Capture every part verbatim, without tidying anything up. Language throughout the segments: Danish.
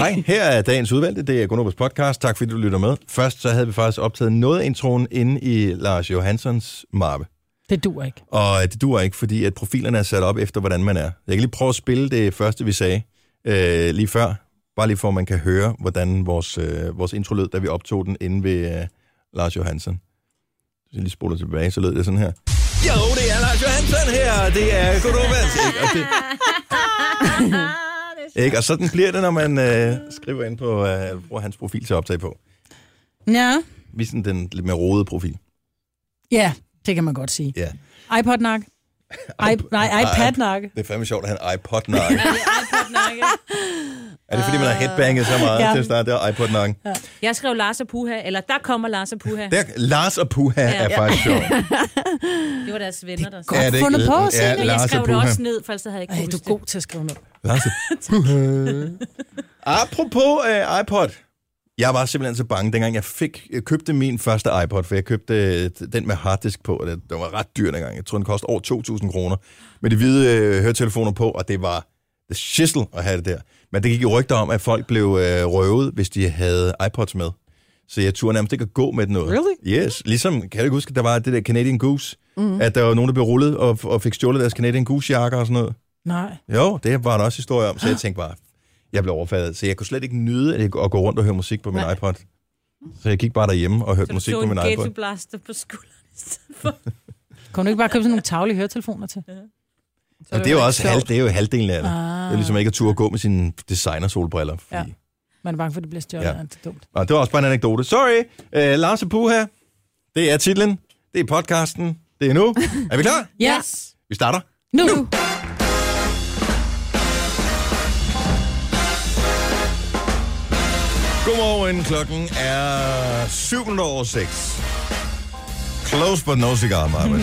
Hej, her er dagens udvalgte. Det er Gunnobers podcast. Tak fordi du lytter med. Først så havde vi faktisk optaget noget af introen inde i Lars Johanssons mappe. Det duer ikke. Og det duer ikke, fordi at profilerne er sat op efter, hvordan man er. Jeg kan lige prøve at spille det første, vi sagde øh, lige før. Bare lige for, at man kan høre, hvordan vores, øh, vores intro lød, da vi optog den inde ved øh, Lars Johansson. Hvis jeg lige spoler tilbage, så lød det sådan her. Jo, det er Lars Johansson her, det er Gunnobers. Ikke? Og sådan bliver det, når man øh, skriver ind på øh, bruger hans profil til at optage på. Ja. Vi er sådan den lidt mere rodede profil. Ja, det kan man godt sige. Ja. iPod-nak. I- nej, iPad-nak. Det er fandme sjovt at have en iPod-nak. Er det fordi, man har headbanget så meget Ja. til at starte der iPod-nakken? Ja. Jeg skrev Lars og Puha, eller der kommer Lars og Puha. Der, Lars og Puha ja. er faktisk sjovt. Det var deres venner, der Godt ja, fundet på, Signe. Ja, Men jeg skrev det også ned, for ellers havde jeg ikke Ej, huske du er god til at skrive ned. Lars og Puha. Apropos uh, iPod. Jeg var simpelthen så bange, dengang jeg fik jeg købte min første iPod, for jeg købte den med harddisk på, og det, det var ret dyrt dengang. Jeg tror, den kostede over to tusind kroner. Med de hvide øh, høretelefoner på, og det var the shizzle at have det der. Men det gik jo rygter om, at folk blev øh, røvet, hvis de havde iPods med. Så jeg turde nærmest ikke at gå med den noget. Really? Yes. Ligesom, kan du ikke huske, der var det der Canadian Goose, mm. at der var nogen, der blev rullet og, og fik stjålet deres Canadian Goose-jakker og sådan noget. Nej. Jo, det var der også historie om, så jeg tænkte bare, jeg blev overfaldet. Så jeg kunne slet ikke nyde at gå rundt og høre musik på min Nej. iPod. Så jeg gik bare derhjemme og hørte så musik på min iPod. Så du tog blaster på skulderen i stedet for. Kan du ikke bare købe sådan nogle taglige høretelefoner til? Ja. Og det er jo også halv, det er jo halvdelen af det. Ah. Det er ligesom ikke at turde gå med sine designer-solbriller. Fordi... Ja. Man er bange for, at det bliver stjålet. Ja. Det er dumt. Og det var også bare en anekdote. Sorry, uh, Lars og Puha. Det er titlen. Det er podcasten. Det er nu. Er vi klar? Yes. Vi starter. Nu. nu. Godmorgen. Klokken er syv minutter over seks. Close but no cigar, Marvind.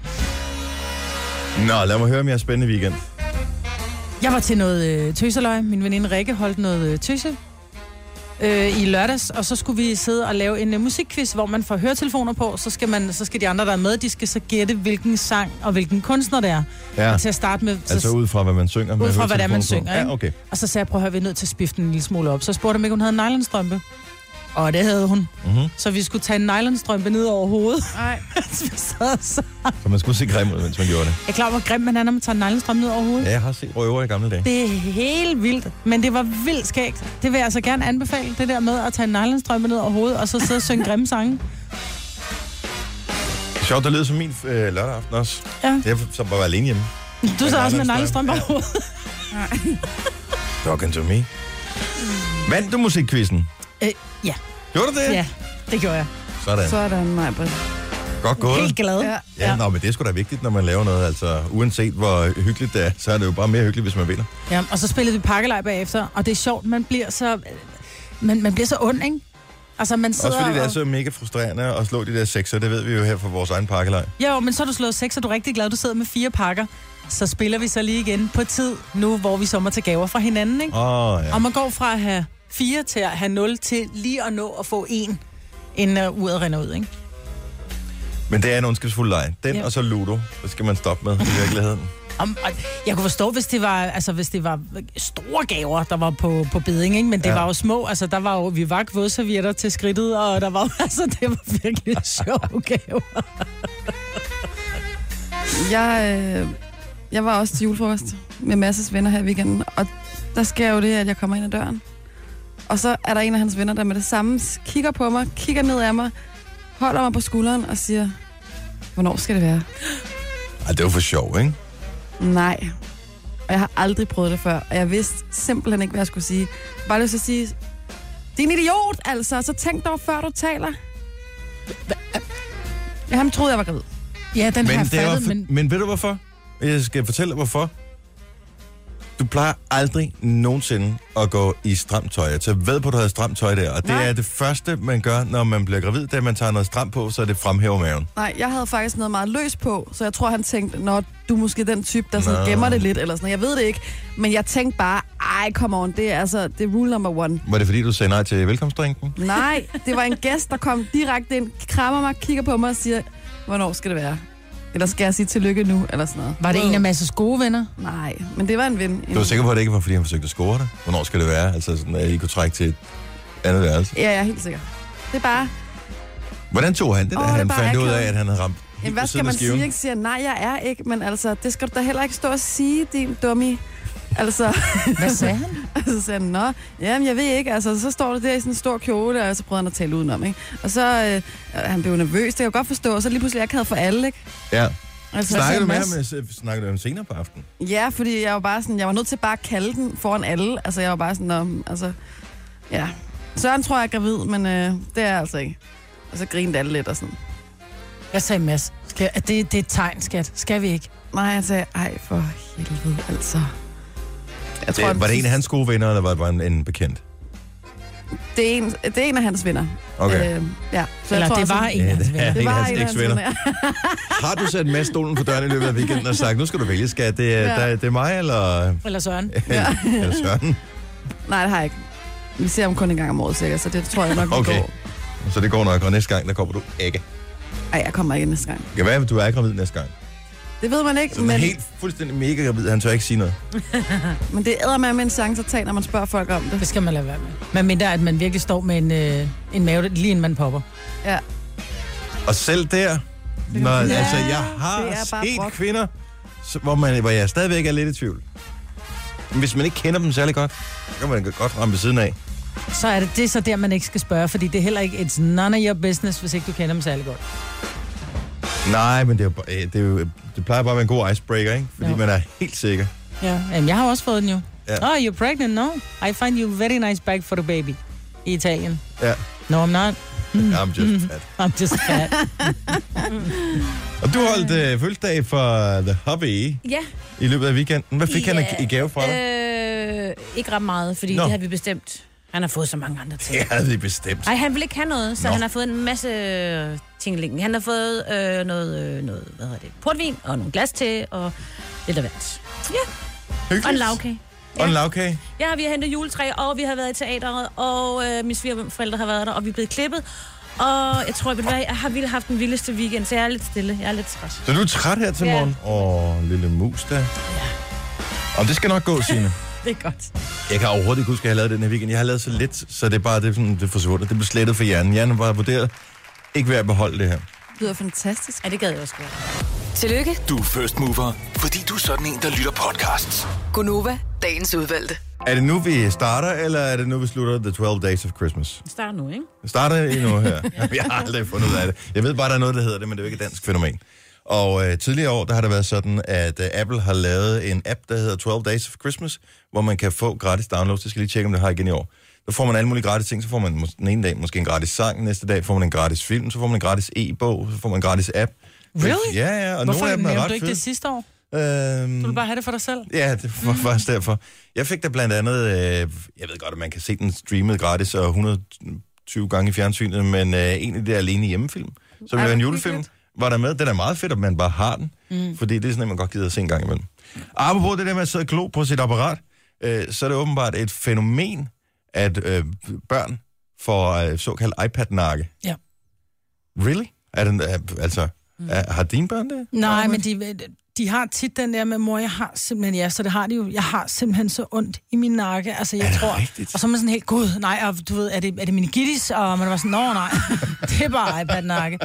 Mm. Nå, lad mig høre, om jeg har spændende weekend. Jeg var til noget øh, tøseløg. Min veninde Rikke holdt noget øh, tøse øh, i lørdags, og så skulle vi sidde og lave en øh, musikquiz, hvor man får høretelefoner på, så skal, man, så skal de andre, der er med, de skal så gætte, hvilken sang og hvilken kunstner det er. Ja. Og til at starte med... Altså ud fra, hvad man synger? Ud fra, hvad det er, man synger, ikke? Ja, okay. Og så sagde jeg, prøv at høre, vi er nødt til at spifte den en lille smule op. Så spurgte jeg, om ikke hun havde en nylonstrømpe. Og det havde hun. Mm-hmm. Så vi skulle tage en nylonstrømpe ned over hovedet. Nej. så, så. så man skulle se grim ud, mens man gjorde det. Jeg er klar, hvor grim man er, når man tager en nylonstrømpe ned over hovedet. Ja, jeg har set røver i gamle dage. Det er helt vildt, men det var vildt skægt. Det vil jeg altså gerne anbefale, det der med at tage en nylonstrømpe ned over hovedet, og så sidde og synge grimme sange. Sjovt, der lød som min øh, lørdag aften også. Ja. Jeg så bare var alene hjemme. Du sad også med nylonstrømpe over hovedet. Talking to me. Vandt du musikquizzen? Øh, ja. Gjorde du det? Ja, det gjorde jeg. Sådan. Sådan, Majbrit. Godt gået. Helt glad. Ja. Ja, ja. Nå, men det er sgu da vigtigt, når man laver noget. Altså, uanset hvor hyggeligt det er, så er det jo bare mere hyggeligt, hvis man vinder. Ja, og så spillede vi pakkelej bagefter, og det er sjovt, man bliver så... Man, man bliver så ond, ikke? Altså, man sidder... Også fordi det er og... så mega frustrerende at slå de der sekser, det ved vi jo her fra vores egen pakkelej. Jo, men så har du slået seks, og du er rigtig glad, du sidder med fire pakker. Så spiller vi så lige igen på tid, nu hvor vi sommer til gaver fra hinanden, ikke? Åh, oh, ja. Og man går fra at have fire til at have nul til lige at nå at få en, inden uh, uret renner ud, ikke? Men det er en ondskabsfuld leg. Den Ja. og så Ludo, det skal man stoppe med i virkeligheden. Om, og jeg kunne forstå, hvis det var, altså, hvis det var store gaver, der var på, på beding, ikke? Men det Ja. var jo små. Altså, der var jo, vi var vådservietter til skridtet, og der var altså, det var virkelig sjove gaver. Jeg, øh, jeg var også til julefrokost med Masses venner her i weekenden, og der sker jo det, at jeg kommer ind ad døren. Og så er der en af hans venner, der med det samme kigger på mig, kigger ned af mig, holder mig på skulderen og siger, hvornår skal det være? Ej, det var for sjov, ikke? Nej. Og jeg har aldrig prøvet det før, og jeg vidste simpelthen ikke, hvad jeg skulle sige. Bare lyst til at sige, din idiot, altså, så tænk dog, før du taler. Ja, han troede, jeg var gravid. Ja, den har Men, jeg det var fattet, for, men... men ved du hvorfor? Jeg skal fortælle dig, hvorfor. Du plejer aldrig nogensinde at gå i stramt tøj. Jeg tager ved på, at du har stramt tøj der. Og det Nej. er det første, man gør, når man bliver gravid, da man tager noget stramt på, så det fremhæver maven. Nej, jeg havde faktisk noget meget løs på, så jeg tror, han tænkte, når du er måske den type, der sådan Nå. gemmer det lidt, eller sådan. Jeg ved det ikke, men jeg tænkte bare, ej, come on, det er altså, det er rule number one. Var det fordi, du sagde nej til velkomstdrinken? Nej, det var en gæst, der kom direkte ind, krammer mig, kigger på mig og siger, hvornår skal det være? Eller skal jeg sige tillykke nu, eller sådan noget. Var det en af Masses gode venner? Nej, men det var en ven. Du er sikker på, at det ikke var, fordi han forsøgte at score dig? Hvornår skal det være? Altså sådan, at I kunne trække til et andet værelse? Ja, jeg er helt sikker. Det er bare... Hvordan tog han det, da Åh, det er han bare fandt ud af, akavet. at han havde ramt Jamen, hvad skal man sige? Ikke siger, nej, jeg er ikke, men altså, det skal du da heller ikke stå og sige, din dummy. Altså... Hvad sagde han? Altså, så sagde han, nå, jamen, jeg ved ikke, altså, så står du der i sådan en stor kjole, og så prøvede han at tale udenom, ikke? Og så, øh, han blev nervøs, det kan jeg godt forstå, og så lige pludselig, jeg havde for alle, ikke? Ja. Altså, Snakkede du med Mads- ham, snakkede du med ham senere på aftenen? Ja, fordi jeg var bare sådan, jeg var nødt til bare at kalde den foran alle. Altså, jeg var bare sådan, om, altså, ja. Søren tror jeg er gravid, men øh, det er jeg altså ikke. Og så grinede alle lidt og sådan. Jeg sagde, Mads, skal, at det, det er et tegn, skat. Skal vi ikke? Nej, jeg sagde, ej for helvede, altså. Jeg Det, var det en af hans gode venner, eller var det bare en, en bekendt? Det er en, det er en af hans venner. Okay. Øh, ja. Så Eller jeg tror det også, var en af hans venner. Ja, det en af var hans en af hans eksvenner. venner. Har du sat med stolen på døren i løbet af weekenden og sagt, nu skal du vælge, skat, det, er, Ja. der, det er mig, eller, Eller Søren. Ja. eller Søren? Nej, det har jeg ikke. Vi ser ham kun en gang om året, sikkert, så det tror jeg nok, vi Okay. går. Så det går nok, og næste gang, der kommer du ikke. Ej, jeg kommer ikke næste gang. Det kan være, at du er gravid næste gang. Det ved man ikke, Så men... men, helt fuldstændig mega gravid, han tør ikke sige noget. men det æder med en chance at tage, når man spørger folk om det. Det skal man lade være med. Men mindre, at man virkelig står med en, øh, en mave, lige inden man popper. Ja. Og selv der, når, Ja, altså, jeg det har er bare set brok. kvinder, så- hvor, man, hvor jeg stadigvæk er lidt i tvivl. Men hvis man ikke kender dem særlig godt, så kan man godt ramme ved siden af. Så er det, det er så der, man ikke skal spørge, fordi det er heller ikke, it's none of your business, hvis ikke du kender dem særlig godt. Nej, men det er, jo, bare- øh, det, er jo, det plejer bare at være en god icebreaker, ikke? Fordi Jo. man er helt sikker. Ja, jamen, jeg har også fået den jo. Ja. Oh, you're pregnant? No. I find you very nice bag for the baby. I Italien. Ja, No, I'm not. I'm just fat. I'm just fat. Og du holdt øh, fødselsdag for The Hobby Ja. i løbet af weekenden. Hvad fik Ja, han i gave fra dig? Øh, ikke ret meget, fordi Nå. det har vi bestemt. Han har fået så mange andre ting. Det havde vi bestemt. Nej, han vil ikke have noget, så Nå. han har fået en masse tingling. Han har fået øh, noget, øh, noget, hvad hedder det, portvin og nogle glas til og lidt af hvert. Ja, Hyggeligt. og en lavkage. Og en lavkage. Ja, vi har hentet juletræ, og vi har været i teateret, og øh, mine svigerforældre har været der, og vi er blevet klippet. Og jeg tror, at jeg har vildt haft den vildeste weekend, så jeg er lidt stille. Jeg er lidt træt. Så du er træt her til Ja. morgen? Åh, lille mus da. Ja. Og det skal nok gå, Signe. Det er godt. Jeg kan overhovedet ikke huske, at jeg har lavet den her weekend. Jeg har lavet så lidt, så det er bare det, er sådan, det forsvundet. Det blev slettet for hjernen. Hjernen var vurderet ikke ved at beholde det her. Det lyder fantastisk. Ja, det gad jeg også godt. Tillykke, Du er first mover, fordi du er sådan en, der lytter podcasts. Gunova, dagens udvalgte. Er det nu, vi starter, eller er det nu, vi slutter The twelve Days of Christmas? Vi starter nu, ikke? Vi starter endnu her. Jeg har aldrig fundet ud af det. Jeg ved bare, der er noget, der hedder det, men det er jo ikke et dansk fænomen. Og øh, tidligere år, der har det været sådan, at øh, Apple har lavet en app, der hedder twelve Days of Christmas, hvor man kan få gratis downloads. Det skal jeg lige tjekke, om det har igen i år. Der får man alle mulige gratis ting. Så får man mås- den ene dag måske en gratis sang, næste dag får man en gratis film, så får man en gratis e-bog, så får man en gratis app. Really? Ja, ja, og Hvorfor nogle af dem er nævnte ret du ikke fede. det sidste år? Øhm, Du vil bare have det for dig selv? Ja, det var faktisk derfor. Jeg fik da blandt andet, øh, jeg ved godt, at man kan se den streamet gratis og hundrede og tyve gange i fjernsynet, men øh, en af de der alene hjemmefilm, som Ej, jo er en hvor julefilm, hyggeligt. var der med. Den er meget fedt, at man bare har den, mm. fordi det er sådan, at man godt gider at se en gang imellem. Apropos det der med at sidde og glo på sit apparat, øh, så er det åbenbart et fænomen, at øh, børn får øh, såkaldt iPad-nakke. Ja. Really? Er den, øh, altså, mm. er, har dine børn det? Nej, men de, de har tit den der med, mor, jeg har simpelthen, ja, så det har de jo, jeg har simpelthen så ondt i min nakke, altså jeg Er det tror, rigtigt? og så er man sådan helt, gud, nej, og du ved, er det, er det meningitis, og man var sådan, nå nej, det er bare iPad-nakke.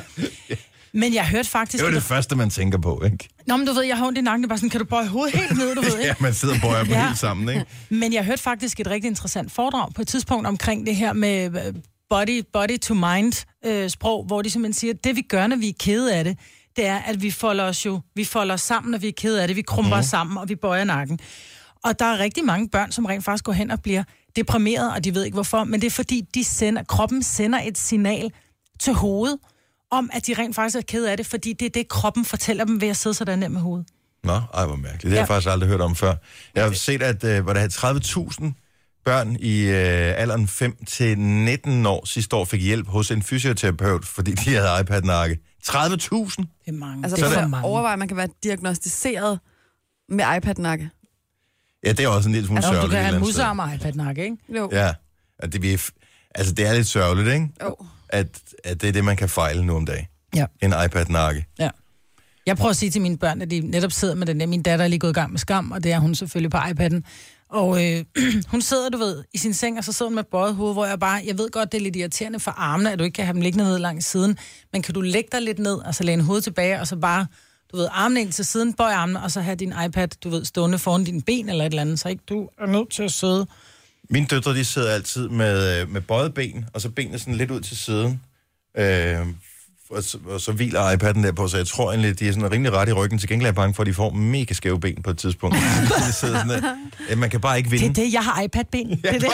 Men jeg hørte faktisk, Det er jo det første, man tænker på, ikke? nå, men du ved, jeg har ondt i nakken, det er bare sådan, kan du bøje hovedet helt ned, du ved, ikke? Ja, man sidder og bøjer dem Ja. helt sammen, ikke? Men jeg hørte faktisk et rigtig interessant foredrag på et tidspunkt omkring det her med øh, body, body to mind øh, sprog, hvor de simpelthen siger, at det vi gør, når vi er kede af det, det er, at vi folder os jo, vi folder os sammen, når vi er kede af det, vi krumper mm. os sammen, og vi bøjer nakken. Og der er rigtig mange børn, som rent faktisk går hen og bliver deprimeret, og de ved ikke hvorfor, men det er fordi, de sender, kroppen sender et signal til hovedet, om at de rent faktisk er kede af det, fordi det er det, kroppen fortæller dem ved at sidde sådan der med hovedet. Nå, ej, hvor mærkeligt. Det har jeg Ja. faktisk aldrig hørt om før. Jeg har set, at øh, var der tredive tusind børn i øh, alderen fem til nitten år sidste år fik hjælp hos en fysioterapeut, fordi de havde iPad-nakke. tredive tusind? Det er mange. Altså, det er for for at mange. overveje, at man kan være diagnostiseret med iPad-nakke. Ja, det er også en lille smule Altså, sørgeligt. du kan et have en eller andet sted. musearm og iPad-nakke, ikke? Jo. Ja, at det, bliver f- altså det er lidt sørgeligt, ikke? Jo. At, at det er det, man kan fejle nu om dagen. Ja. En iPad-nakke. Ja. Jeg prøver at sige til mine børn, at de netop sidder med den der. Min datter er lige gået i gang med Skam, og det er hun selvfølgelig på iPad'en. Og øh, hun sidder, du ved, i sin seng, og så sidder hun med bøjet hoved, hvor jeg bare, jeg ved godt, det er lidt irriterende for armene, at du ikke kan have dem liggende ned langs siden, men kan du lægge dig lidt ned, og så læne hovedet tilbage, og så bare, du ved, armene ind til siden, bøj armene, og så have din iPad, du ved, stående foran dine ben eller et eller andet, så ikke du er nødt til at sidde. Mine døtre, de sidder altid med, med bøjet ben, og så benene sådan lidt ud til siden. Øh, og, så, og så hviler iPad'en der på, så jeg tror egentlig, de er sådan rimelig ret i ryggen. Til gengæld er jeg bange for, at de får mega skæve ben på et tidspunkt. De sidder sådan der. Man kan bare ikke vinde. Det er det, jeg har iPad-ben. Det er det.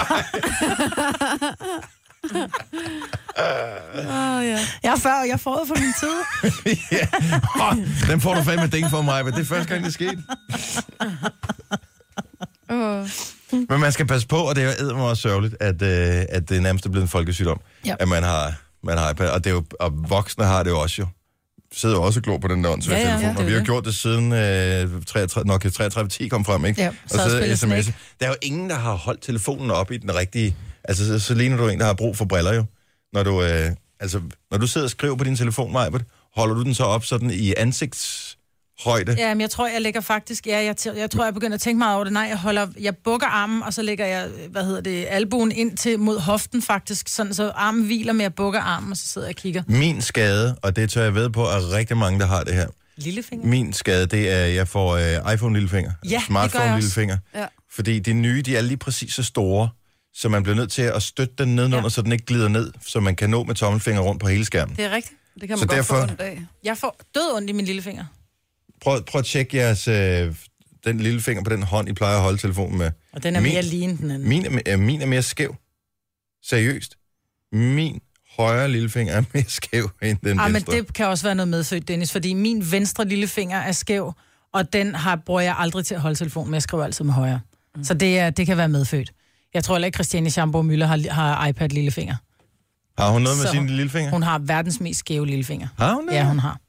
Oh, ja. Jeg er før, og jeg får det for min tid. Ja. Oh, den får du fandme ding for mig, men det er første gang, det skete. Oh. Men man skal passe på, og det er jo eddermame også sørgeligt, at, øh, at det nærmest er blevet en folkesygdom, ja. at man har, man har iPad. Og, det er jo, og voksne har det jo også jo. Sidder jo også og glor på den der åndsvære ja, ja, telefon. ja, og vi har det. gjort det siden øh, treogtredive, Nokia treogtredive ti kom frem, ikke? Ja, og så så spiller sms'er. Der er jo ingen, der har holdt telefonen op i den rigtige... Altså, så, så ligner du en, der har brug for briller jo. Når du, øh, altså, når du sidder og skriver på din telefon, Majbert, holder du den så op sådan i ansigtshøjde? Ja, men jeg tror, jeg lægger faktisk... Ja, jeg, jeg tror, jeg begynder at tænke meget over det. Nej, jeg holder... Jeg bukker armen, og så lægger jeg, hvad hedder det, albuen ind til mod hoften faktisk, sådan så armen hviler med at bukke armen, og så sidder jeg og kigger. Min skade, og det tør jeg ved på, er rigtig mange, der har det her. Lillefinger? Min skade, det er, at jeg får øh, iPhone-lillefinger. Ja, Smartphone-lillefinger. Ja. Fordi de nye, de er lige præcis så store, så man bliver nødt til at støtte den nedenunder, ja. Så den ikke glider ned, så man kan nå med tommelfinger rundt på hele skærmen. Det er rigtigt. Det kan man Så godt derfor- få ondt af. Jeg får død ondt i min lillefinger. Prøv, prøv at tjekke jeres, øh, den lillefinger på den hånd, I plejer at holde telefonen med. Og den er Min- mere lige end den anden. Min er, øh, min er mere skæv. Seriøst. Min højre lillefinger er mere skæv end den Ah, men venstre. det kan også være noget medfødt, Dennis, fordi min venstre lillefinger er skæv, og den har, bruger jeg aldrig til at holde telefonen med. Jeg skriver altid med højre. Mm. Så det, er, det kan være medfødt. Jeg tror heller ikke, Christiane Schamburg Müller har, har iPad lillefinger. Har hun noget med Så sine lillefinger? Hun har verdens mest skæve lillefinger. Har hun det? Ja, hun har.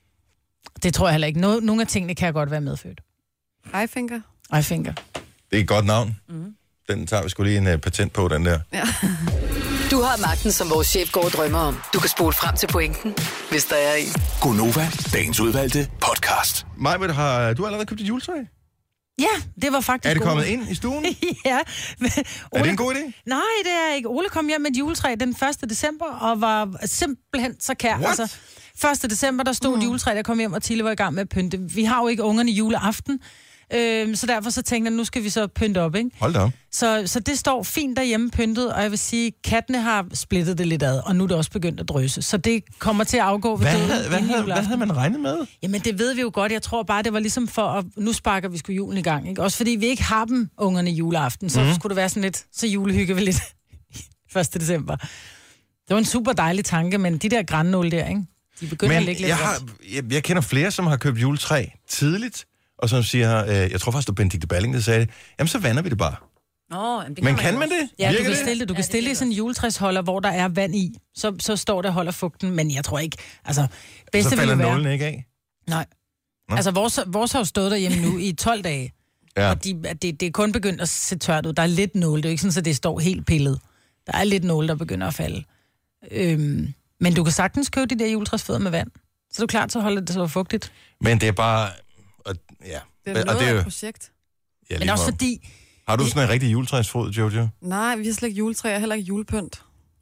Det tror jeg heller ikke. No, nogle af tingene kan jeg godt være medfødt. iFinger. iFinger. Det er et godt navn. Mm. Den tager vi sgu lige en uh, patent på, den der. Ja. Du har magten, som vores chef går og drømmer om. Du kan spole frem til pointen, hvis der er en. Gonova, dagens udvalgte podcast. Majbert, har du allerede købt et juletræ? Ja, det var faktisk Er det kommet Ole. ind i stuen? Ja. Men Er Ole, det en god idé? Nej, det er ikke. Ole kom hjem med et juletræ den første december, og var simpelthen så kær. What? Altså, første december, der stod mm. et juletræ, der kom hjem, og Tille var i gang med at pynte. Vi har jo ikke ungerne juleaften, øh, så derfor så tænkte jeg, nu skal vi så pynte op, ikke? Hold da op. Så, så det står fint derhjemme pyntet, og jeg vil sige, kattene har splittet det lidt ad, og nu er det også begyndt at drøse. Så det kommer til at afgå ved Hvad, døden havde, hvad, inden havde, hvad juleaften. havde man regnet med? Jamen, det ved vi jo godt. Jeg tror bare, det var ligesom for, at nu sparker vi sgu julen i gang, ikke? Også fordi vi ikke har dem, ungerne, juleaften, så mm. skulle det være sådan lidt, så julehygge vi lidt første december. Det var en super dejlig tanke, men de der grannåle der, ikke? De begynder at Men ligge lidt jeg, har, godt. jeg, jeg kender flere, som har købt juletræ tidligt, og som siger, øh, jeg tror faktisk, det var Benedikte Balling, der sagde det, jamen så vander vi det bare. Nå, jamen, det Men man kan jo man også. det? Ja, du Virker kan det? stille det. Du Ja, kan det stille det i virker sådan en juletræsholder, hvor der er vand i. Så, så står der og holder fugten, men jeg tror ikke, altså, bedste Så ville falder jo være... nålen ikke af. Nej. Nå. Altså, vores, vores har jo stået derhjemme nu i tolv dage, Ja. og de, det, det er kun begyndt at se tørt ud. Der er lidt nåle, det er jo ikke sådan, at det står helt pillet. Der er lidt nåle, der begynder at falde. Øhm, men du kan sagtens købe de der juletræsfødder med vand. Så er du klar til at holde det så fugtigt. Men det er bare... Og, ja. Det er og noget det er af jo, et projekt. ja, Men lige også meget. fordi... Har du sådan en rigtig juletræsfod, Jojo? Nej, vi har slet ikke juletræ, og heller ikke julepynt.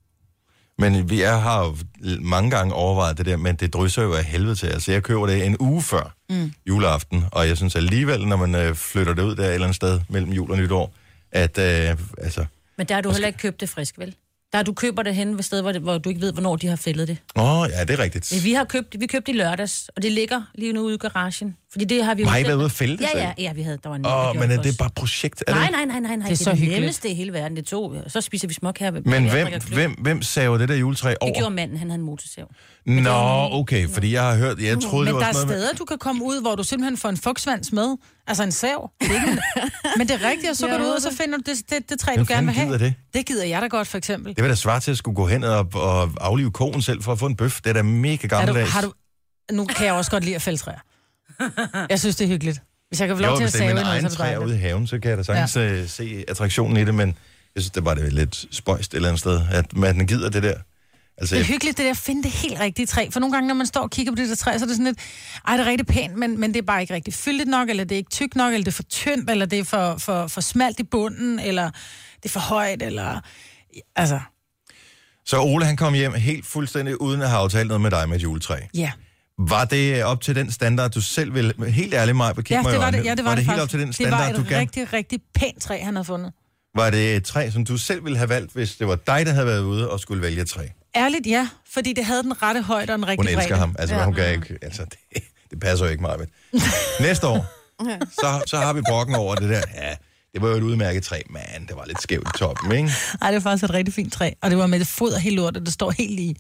Men vi er, har jo mange gange overvejet det der, men det drysser jo af helvede til. Altså, jeg køber det en uge før mm. juleaften, og jeg synes alligevel, når man øh, flytter det ud der et eller andet sted mellem jul og nytår, at øh, altså... Men der har du heller ikke købt det frisk, vel? Der du køber det hen ved sted, hvor, det, hvor du ikke ved, hvornår de har fældet det. Åh, oh, ja, det er rigtigt. Ja, vi har købt, vi købte i lørdags, og det ligger lige nu ude i garagen. Fordi det har vi jo Har I selv- været ude at fælde det Ja, selv? ja, ja, vi havde, der var en Åh, oh, der men gjorde er det os. bare et projekt? Er Nej, det? nej, nej, nej, nej. Det er Det så er det hyggeligt. nemmeste i hele verden. Det tog, så spiser vi småkager. Men hvem, hvem, hvem saver det der juletræ over? Det gjorde manden, han havde en motorsav. Nå, okay, fordi jeg har hørt, jeg troede, det Men var der er sådan noget med... steder, du kan komme ud, hvor du simpelthen får en fugtsvans med. Altså en sav. Det er ikke en... Men det er rigtigt, og så går du ud, og så finder du det, det, det træ, Hvem du gerne vil fanden have. gider det? Det gider jeg da godt, for eksempel. Det vil da svare til at skulle gå hen og, og aflive koen selv for at få en bøf. Det er da mega Er du, gammeldags. har du... Nu kan jeg også godt lide at fælde træer. Jeg synes, det er hyggeligt. Hvis jeg kan få lov Jo, til at hvis det er save min noget, egen så er det træer ude i dejligt. haven, så kan jeg da sagtens ja. se attraktionen i det, men jeg synes, det var det lidt spøjst et eller andet sted, at man gider det der. Altså, Det er hyggeligt, det der at finde det helt rigtige træ. For nogle gange, når man står og kigger på det der træ, så er det sådan lidt, ej, det er rigtig pænt, men, men det er bare ikke rigtig fyldigt nok, eller det er ikke tykt nok, eller det er for tyndt, eller det er for, for, for smalt i bunden, eller det er for højt, eller... Altså, Så Ole, han kom hjem helt fuldstændig uden at have aftalt noget med dig med et juletræ. ja. Var det op til den standard, du selv ville... Helt ærligt, Maja, kig Ja, mig i det var øjnene. det, ja, det var, var det det helt faktisk. op til den Det standard, var du et gav? rigtig, rigtig pænt træ, han havde fundet. Var det et træ, som du selv ville have valgt, hvis det var dig, der havde været ude og skulle vælge et træ? Ærligt, ja, fordi det havde den rette højde og den Hun rigtige elsker bredde. ham. Altså, ja. hun kan ikke... Altså, det, det passer jo ikke meget med. Næste år, så, så har vi brokken over det der. Ja, det var jo et udmærket træ, men det var lidt skævt i toppen, ikke? Ej, det var faktisk et rigtig fint træ, og det var med det fod og helt lort, og det står helt lige.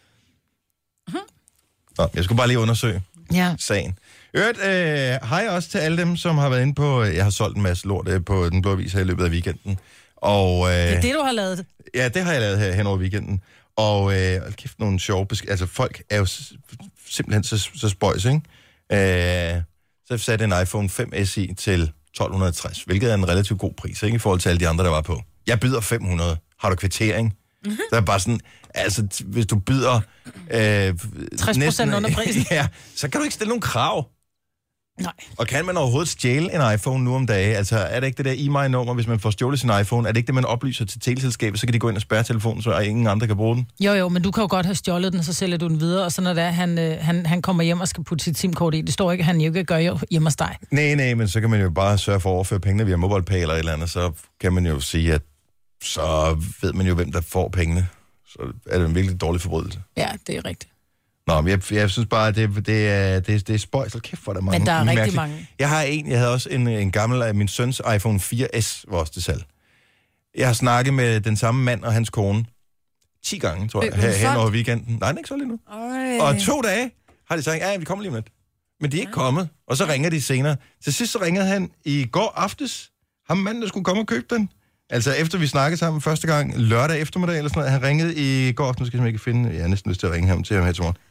Nå, jeg skulle bare lige undersøge Ja. sagen. Øvrigt, øh, hej også til alle dem, som har været inde på... Jeg har solgt en masse lort øh, på Den Blå Avis her i løbet af weekenden. Og, øh, Det er det, du har lavet. Ja, det har jeg lavet her hen over weekenden. Og øh, kæft, nogle sjove besk- Altså, folk er jo s- simpelthen så, så spøjs, ikke? Øh, så satte en iPhone fem S I til tolv tres, hvilket er en relativt god pris, ikke? I forhold til alle de andre, der var på. Jeg byder fem hundrede. Har du kvittering? Mm-hmm. Så er bare sådan... Altså, t- hvis du byder... Øh, tres procent under prisen. Ja, så kan du ikke stille nogen krav. Nej. Og kan man overhovedet stjæle en iPhone nu om dagen? Altså, er det ikke det der E M I-nummer, hvis man får stjålet sin iPhone? Er det ikke det, man oplyser til teleselskabet, så kan de gå ind og spærre telefonen, så ingen andre kan bruge den? Jo, jo, men du kan jo godt have stjålet den, og så sælger du den videre, og så når det er, han, øh, han, han kommer hjem og skal putte sit SIM-kort i, det står ikke, at han jo ikke gør jo hjemme hos dig. Nej, nej, men så kan man jo bare sørge for at overføre pengene via MobilePay eller et eller andet, så kan man jo sige, at så ved man jo, hvem der får pengene. Så er det en virkelig dårlig forbrydelse. Ja, det er rigtigt. Nå, men jeg, jeg synes bare, at det, det er, det, det er spøjs. Hold kæft, hvor der er mange Men der er rigtig mærkelige- mange. Jeg har en, jeg havde også en, en gammel af min søns iPhone fire S, var også til salg. Jeg har snakket med den samme mand og hans kone ti gange, tror jeg, Blev den her, hen over solgt? weekenden. Nej, den er ikke så lige nu. Øj. Og to dage har de sagt, ja, vi kommer lige om lidt. Men de er ikke kommet, og så ringer de senere. Til sidst så ringede han i går aftes, ham manden, der skulle komme og købe den. Altså efter vi snakkede sammen første gang, lørdag eftermiddag eller sådan noget, han ringede i går aften, skal jeg ikke finde, jeg har næsten lyst til at ringe ham til ham her til morgen.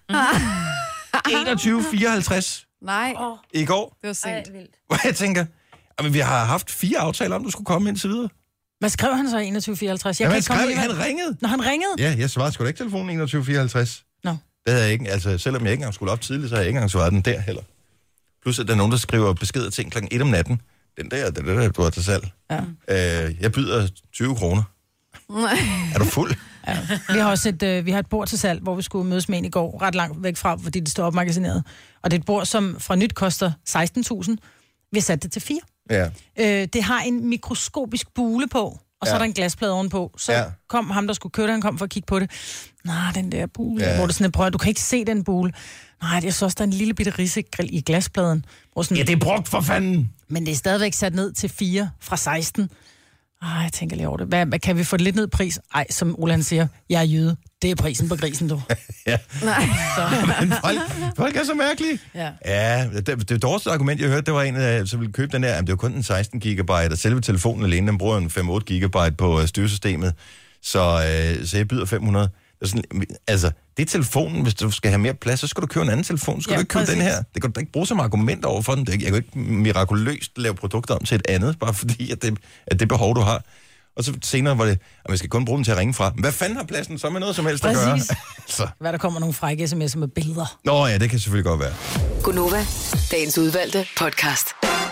enogtyve fireoghalvtreds Nej, i går, det var sent. Ej, vildt. hvor jeg tænker, jamen, vi har haft fire aftaler om, du skulle komme indtil videre. Hvad skrev han så i enogtyve fireoghalvtreds? Jeg Jamen, kan han, ikke komme skrev, alligevel. han ringede. Når han ringede? Ja, jeg svarede sgu da ikke telefonen enogtyve fireoghalvtreds. Nå. Det havde jeg ikke, altså selvom jeg ikke engang skulle op tidligt, så havde jeg ikke engang svaret den der heller. Plus at der er nogen, der skriver beskeder ting klokken et om natten. Den der, den der, du har til salg. Ja. Øh, jeg byder tyve kroner. Nej. Er du fuld? Ja. Vi har også et, øh, vi har et bord til salg, hvor vi skulle mødes med en i går, ret langt væk fra, fordi det står opmagasineret. Og det er et bord, som fra nyt koster seksten tusind. Vi har sat det til fire. Ja. Øh, det har en mikroskopisk bule på, og så Ja. er der en glasplade ovenpå. Så Ja. ja. kom ham, der skulle købe det, han kom for at kigge på det. Nej, den der bule, Ja. ja. hvor det sådan et prøv, du kan ikke se den bule. Nej, jeg synes også, der er en lille bitte risegrill i glaspladen. Hvor sådan, Ja, det er brugt for fanden. Men det er stadigvæk sat ned til fire fra seksten. Ej, jeg tænker lige over det. Hvad, hvad, kan vi få det lidt ned i pris? Ej, som Ole han siger, jeg er jøde. Det er prisen på grisen, du. Ja. Nej. Men folk, folk er så mærkelige. Ja. Ja, det, det dårligste argument, jeg hørte, det var en, der så ville købe den der, jamen, det var kun en seksten gigabyte, og selve telefonen alene, den bruger en fem otte gigabyte på øh, styresystemet, så, øh, så jeg byder fem hundrede. Det er sådan, altså, det er telefonen, hvis du skal have mere plads, så skal du købe en anden telefon, så skal Ja, du ikke købe præcis. den her. Det kan du da ikke bruge som argument over for den. Det, jeg kan jo ikke mirakuløst lave produkter om til et andet, bare fordi, at det, at det behov, du har. Og så senere var det, at man skal kun bruge den til at ringe fra. Men hvad fanden har pladsen så med noget som helst at gøre? Præcis. altså. Hvad der kommer nogle frække sms'er med billeder. Nå ja, det kan selvfølgelig godt være. Gunova, dagens udvalgte podcast.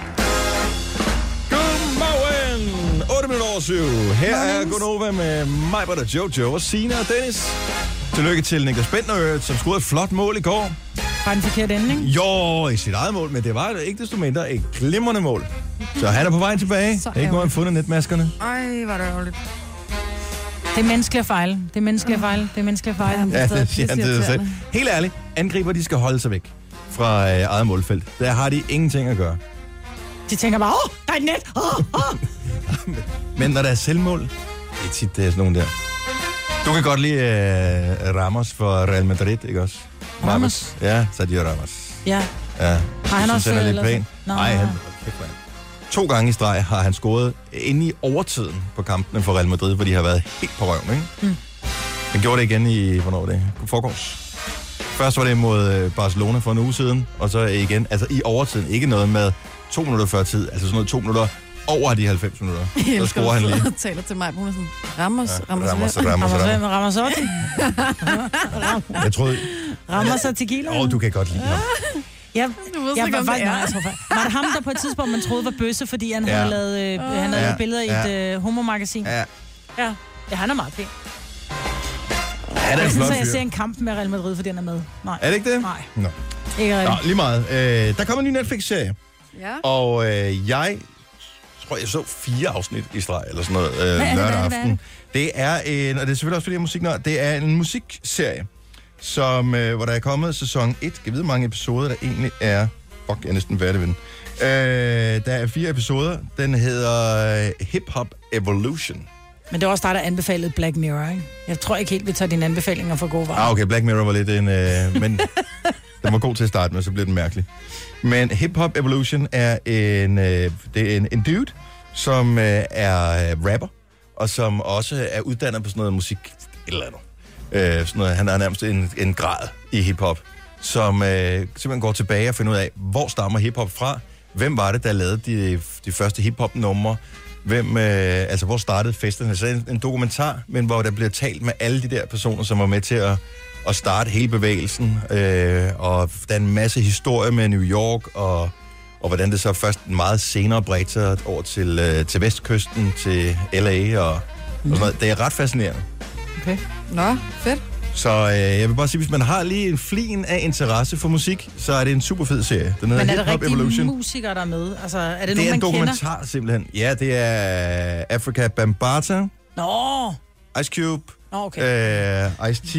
Godmorgen! otte minutter over syv. Her er Gunova med mig, Britta, Jojo og Sina og Dennis. Tillykke til Niklas Bentner, som scorede et flot mål i går. Fra den forkerte ende, ikke? Jo, i sit eget mål, men det var ikke desto mindre et glimrende mål. Så han er på vej tilbage. Så Ikke hvor han fundet netmaskerne. Ej, var det ærgerligt. Det er menneskelige fejl. Det er menneskelige fejl. Det er menneskelige fejl. Ja, det siger han til sig selv. irriterende. Helt ærligt, angriber, de skal holde sig væk fra øh, eget målfelt. Der har de ingenting at gøre. De tænker bare, åh, der er et net. Åh, åh. Men når der er selvmål, det er tit det er sådan nogle der. Du kan godt lide øh, Ramos for Real Madrid, ikke også? Ramos? Ja, Sergio Ramos. Ja. Ja. Har han Jeg også synes, han er ellers- lidt pæn. Nå. Nej, han... Okay, for han. To gange i streg har han scoret inde i overtiden på kampene for Real Madrid, hvor de har været helt på røven, ikke? Mm. Han gjorde det igen i, hvornår var det? Forgårs. Først var det mod Barcelona for en uge siden, og så igen, altså i overtiden, ikke noget med to minutter før tid, altså sådan noget to minutter over de halvfems minutter. Jeg Så elsker, scorer han lige. og taler til mig, hun er sådan, Ramos, Ja, Ramos, Ramos, Ramos. Ramos, Ramos. Ramazzotti. Jeg troede... Ramazzotti tequila. Åh, oh, du kan godt lide ham. Jeg, Du ved jeg ikke, var om faktisk, det er. nej, jeg tror faktisk. Var det ham, der på et tidspunkt, man troede var bøsse, fordi han Ja. havde lavet, øh, han havde Ja, lavet billeder ja. i et øh, homomagasin? Ja, Ja. Ja, han er meget pæn. han er Jeg en synes, flot at jeg fyr. ser en kamp med Real Madrid, fordi han er med. Nej. Er det ikke det? Nej, Nå. ikke Nå, rigtigt. lige meget. Øh, der kommer en ny Netflix-serie, Ja. og øh, jeg tror, jeg så fire afsnit i streg, eller sådan noget, øh, det, lørdag hvad er det, hvad er aften. Det er en, og det er selvfølgelig også fordi jeg er musiknørd, det er en musikserie, som, øh, hvor der er kommet sæson et. Jeg ved, hvor mange episoder der egentlig er. Fuck, jeg er næsten færdig ved den. Øh, der er fire episoder. Den hedder øh, Hip Hop Evolution. Men det var også dig, der anbefalede Black Mirror, ikke? Jeg tror ikke helt, vi tager dine anbefalinger for gode varer. Ah, okay, Black Mirror var lidt en... Øh, men den var god til at starte med, så blev den mærkelig. Men Hip Hop Evolution er en, øh, det er en, en dude, som øh, er rapper, og som også er uddannet på sådan noget musik, et eller andet. Øh, sådan noget, han har nærmest en, en grad i hiphop, som øh, simpelthen går tilbage og finder ud af, hvor stammer hiphop fra? Hvem var det, der lavede de, de første hiphop-numre? Hvem, øh, altså, hvor startede festerne? Så en, en dokumentar, men hvor der bliver talt med alle de der personer, som var med til at, at starte hele bevægelsen. Øh, og der er en masse historie med New York, og, og hvordan det så først meget senere bredte sig over til, øh, til vestkysten, til L A og, og sådan noget. Det er ret fascinerende. Okay. Nå, fedt. Så øh, jeg vil bare sige, hvis man har lige en flin af interesse for musik, så er det en super fed serie. Den hedder Men er Hip det Hop rigtige Evolution. musikere, der er med? Altså, er det, Det nogen, er en man kender? dokumentar simpelthen. Ja, det er Africa Bambaataa, Nå, Ice Cube, Nå okay. øh, Ice-T,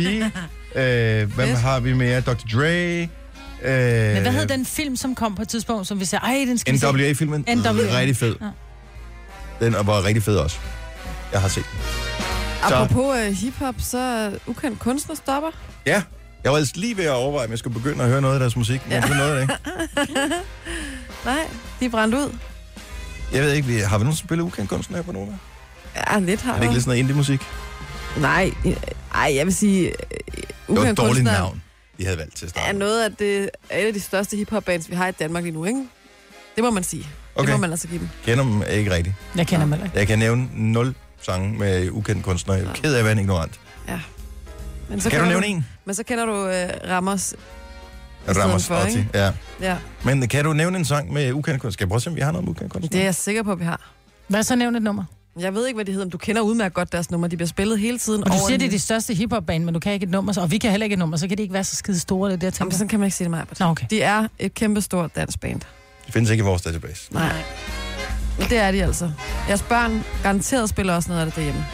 øh, hvem har vi mere? doktor Dre. Øh, Men hvad hed den film, som kom på et tidspunkt, som vi sagde, ej, den skal vi N se. W A-filmen. N W A. Rigtig fed. Ja. Den var rigtig fed også. Jeg har set den. Så- Apropos uh, hiphop, så uh, ukendt kunstner stopper. Ja, jeg var altså lige ved at overveje, om jeg skulle begynde at høre noget af deres musik, men ja. jeg noget af det ikke. Nej, de er brændt ud. Jeg ved ikke, vi, har vi nogen spillet ukendt kunstner her på nogen? Ja, lidt har Er det ikke lidt sådan noget indie-musik? Nej, øh, ej, jeg vil sige, uh, Det var et ukendt dårligt kunstner navn, de havde valgt til at starte. er noget af det, er et af de største hiphop-bands, vi har i Danmark lige nu, ikke? Det må man sige. Okay. Det må man altså give dem. Kender dem ikke rigtigt. Jeg kender dem heller ikke. Jeg kan nævne nul sange med ukendt kunstner. Jeg er ked af at være en ignorant. Ja. Men så Kan du kender nævne en? Men så kender du uh, Ramos. stedet Ramos for, Otti, ikke? ja. Ja, Men kan du nævne en sang med ukendt kunstner? Skal jeg prøve at se, om vi har noget med ukendt kunstner? det er jeg sikker på, at vi har. Hvad så nævnt et nummer? Jeg ved ikke, hvad de hedder, men du kender udmærket godt deres nummer. De bliver spillet hele tiden. Og du over siger, en- det er de største hiphop-band, men du kan ikke et nummer, og vi kan heller ikke et nummer, så kan de ikke være så skide store, det er det, jeg Jamen, tænker. sådan kan man ikke sige det meget. Nå, okay. De er et kæmpe stort dansk band. Det findes ikke i vores database. Nej. Men det er de altså. Jeres børn garanteret spiller også noget af det derhjemme.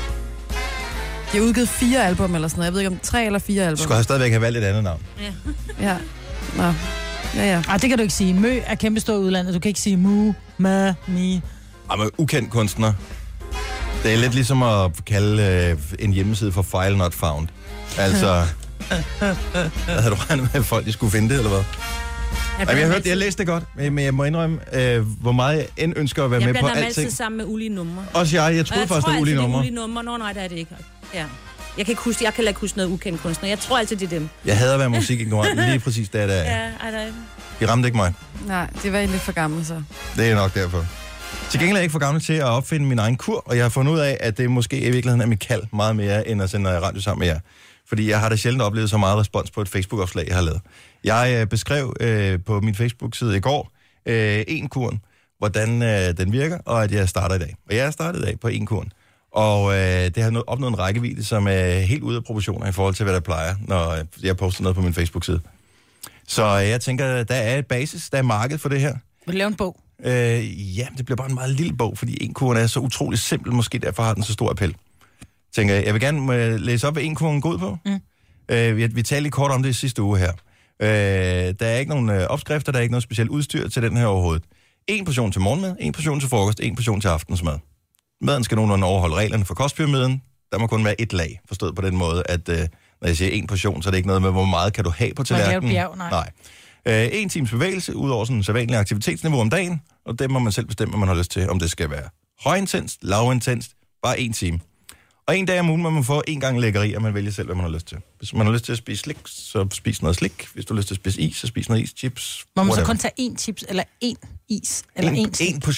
De har udgivet fire album eller sådan noget. Jeg ved ikke om tre eller fire Du album. skulle have stadigvæk have valgt et andet navn. Ja. Nå. Ja, ja. Ej, det kan du ikke sige. Mø er kæmpe stor i udlandet. Du kan ikke sige mu, ma, mi. Ah, men ukendt kunstner. Det er lidt ligesom at kalde øh, en hjemmeside for File Not Found. Altså, havde du regnet med, at folk de skulle finde det, eller hvad? Jeg, Jamen, jeg, hørte, jeg læste det godt, men jeg må indrømme, øh, hvor meget jeg end ønsker at være jeg med på blander dem alting. altid sammen med ulige numre. Også jeg, jeg Og troede jeg faktisk, tror det var altid, ulige det er numre. ulige numre. Nå, nej, det er det ikke. Ja. Jeg kan ikke huske, jeg kan heller ikke huske noget ukendt kunstner. Jeg tror altid, det er dem. Jeg hader at være musikignorant, lige præcis der, der er. Ja, ej, der er... De ramte ikke mig. Nej, det var egentlig for gammel, så. Det er nok derfor. Til gengæld er jeg ikke for gammel til at opfinde min egen kur, og jeg har fundet ud af, at det måske i virkeligheden er mit kald meget mere, end at sende radio sammen med jer. Fordi jeg har da sjældent oplevet så meget respons på et Facebook-opslag, jeg har lavet. Jeg øh, beskrev øh, på min Facebook-side i går øh, en-kuren, hvordan øh, den virker, og at jeg starter i dag. Og jeg startede i dag på en-kuren. Og øh, det har opnået en rækkevidde, som er helt ude af proportioner i forhold til, hvad der plejer, når jeg poster noget på min Facebook-side. Så øh, jeg tænker, der er et basis, der er marked for det her. Vil du lave en bog? Øh, ja, det bliver bare en meget lille bog, fordi en-kuren er så utrolig simpel, måske derfor har den så stor appel. Tænker jeg, jeg vil gerne øh, læse op, hvad en-kuren går ud på. Mm. Øh, vi, vi talte lige kort om det i sidste uge her. Øh, der er ikke nogen øh, opskrifter, der er ikke noget specielt udstyr til den her overhovedet. En portion til morgenmad, en portion til frokost, en portion til aftensmad. Maden skal nogenlunde overholde reglerne for kostpyramiden. Der må kun være et lag, forstået på den måde, at øh, når jeg siger en portion, så er det ikke noget med, hvor meget kan du have på tallerkenen. bjerg, nej. nej. Øh, en times bevægelse, ud over sådan en sædvanlig aktivitetsniveau om dagen, og det må man selv bestemme, hvad man har lyst til, om det skal være højintenst, lavintenst, bare en time. Og en dag om ugen må man få en gang lækkeri, og man vælger selv, hvad man har lyst til. Hvis man har lyst til at spise slik, så spis noget slik. Hvis du har lyst til at spise is, så spis noget is, chips. Må man så whatever. kun tage én chips, eller én is, eller én en, slik? en portion.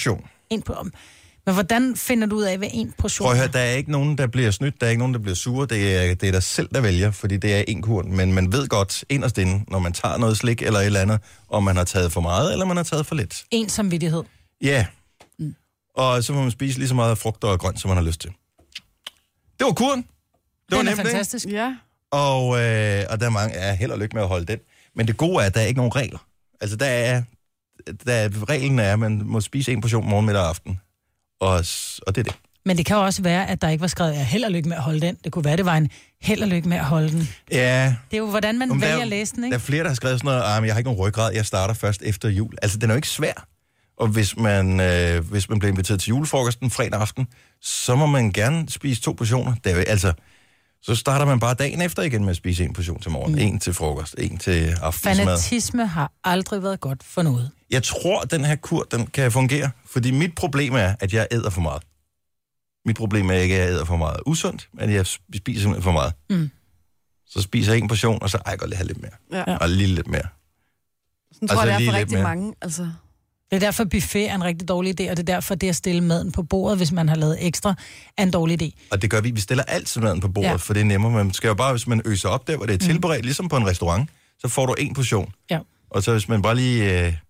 En på, men hvordan finder du ud af, hvad en portion Prøv at høre, der er ikke nogen, der bliver snydt, der er ikke nogen, der bliver sure. Det er, det er dig selv, der vælger, fordi det er en kur. Men man ved godt inderst inde, når man tager noget slik eller et eller andet, om man har taget for meget, eller man har taget for lidt. En samvittighed. Ja. Mm. Og så må man spise lige så meget frugt og grønt, som man har lyst til. Det var kuren. Det var Den er nemt, fantastisk. ikke? Ja. Og, øh, og der er mange, ja, held og lykke med at holde den. Men det gode er, at der er ikke nogen regler. Altså, der er, der er reglen er, at man må spise en portion morgen, middag og aften. Og, og det er det. Men det kan jo også være, at der ikke var skrevet, at held og lykke med at holde den. Det kunne være, det var en held og lykke med at holde den. Ja. Det er jo, hvordan man Om vælger der, at læse den, ikke? Der er flere, der har skrevet sådan noget, at jeg har ikke nogen ryggrad, jeg starter først efter jul. Altså, den er jo ikke svær. Og hvis man, øh, hvis man bliver inviteret til julefrokosten fredag aften, så må man gerne spise to portioner. Det er jo, altså, så starter man bare dagen efter igen med at spise en portion til morgen. Mm. En til frokost, en til aftensmad. Fanatisme har aldrig været godt for noget. Jeg tror, at den her kur, den kan fungere. Fordi mit problem er, at jeg æder for meget. Mit problem er ikke, at jeg æder for meget usundt, men jeg spiser simpelthen for meget. Mm. Så spiser jeg en portion, og så ej, jeg godt lige have lidt mere. Ja. Og lige lidt mere. Sådan tror altså, jeg, det er for lidt rigtig mere. mange. Altså. Det er derfor, buffet er en rigtig dårlig idé, og det er derfor, det at stille maden på bordet, hvis man har lavet ekstra, er en dårlig idé. Og det gør vi. Vi stiller altid maden på bordet, Ja. for det er nemmere. Man skal jo bare, hvis man øser op der, hvor det er tilberedt, mm. ligesom på en restaurant, så får du en portion. Ja. Og så hvis man bare lige øh,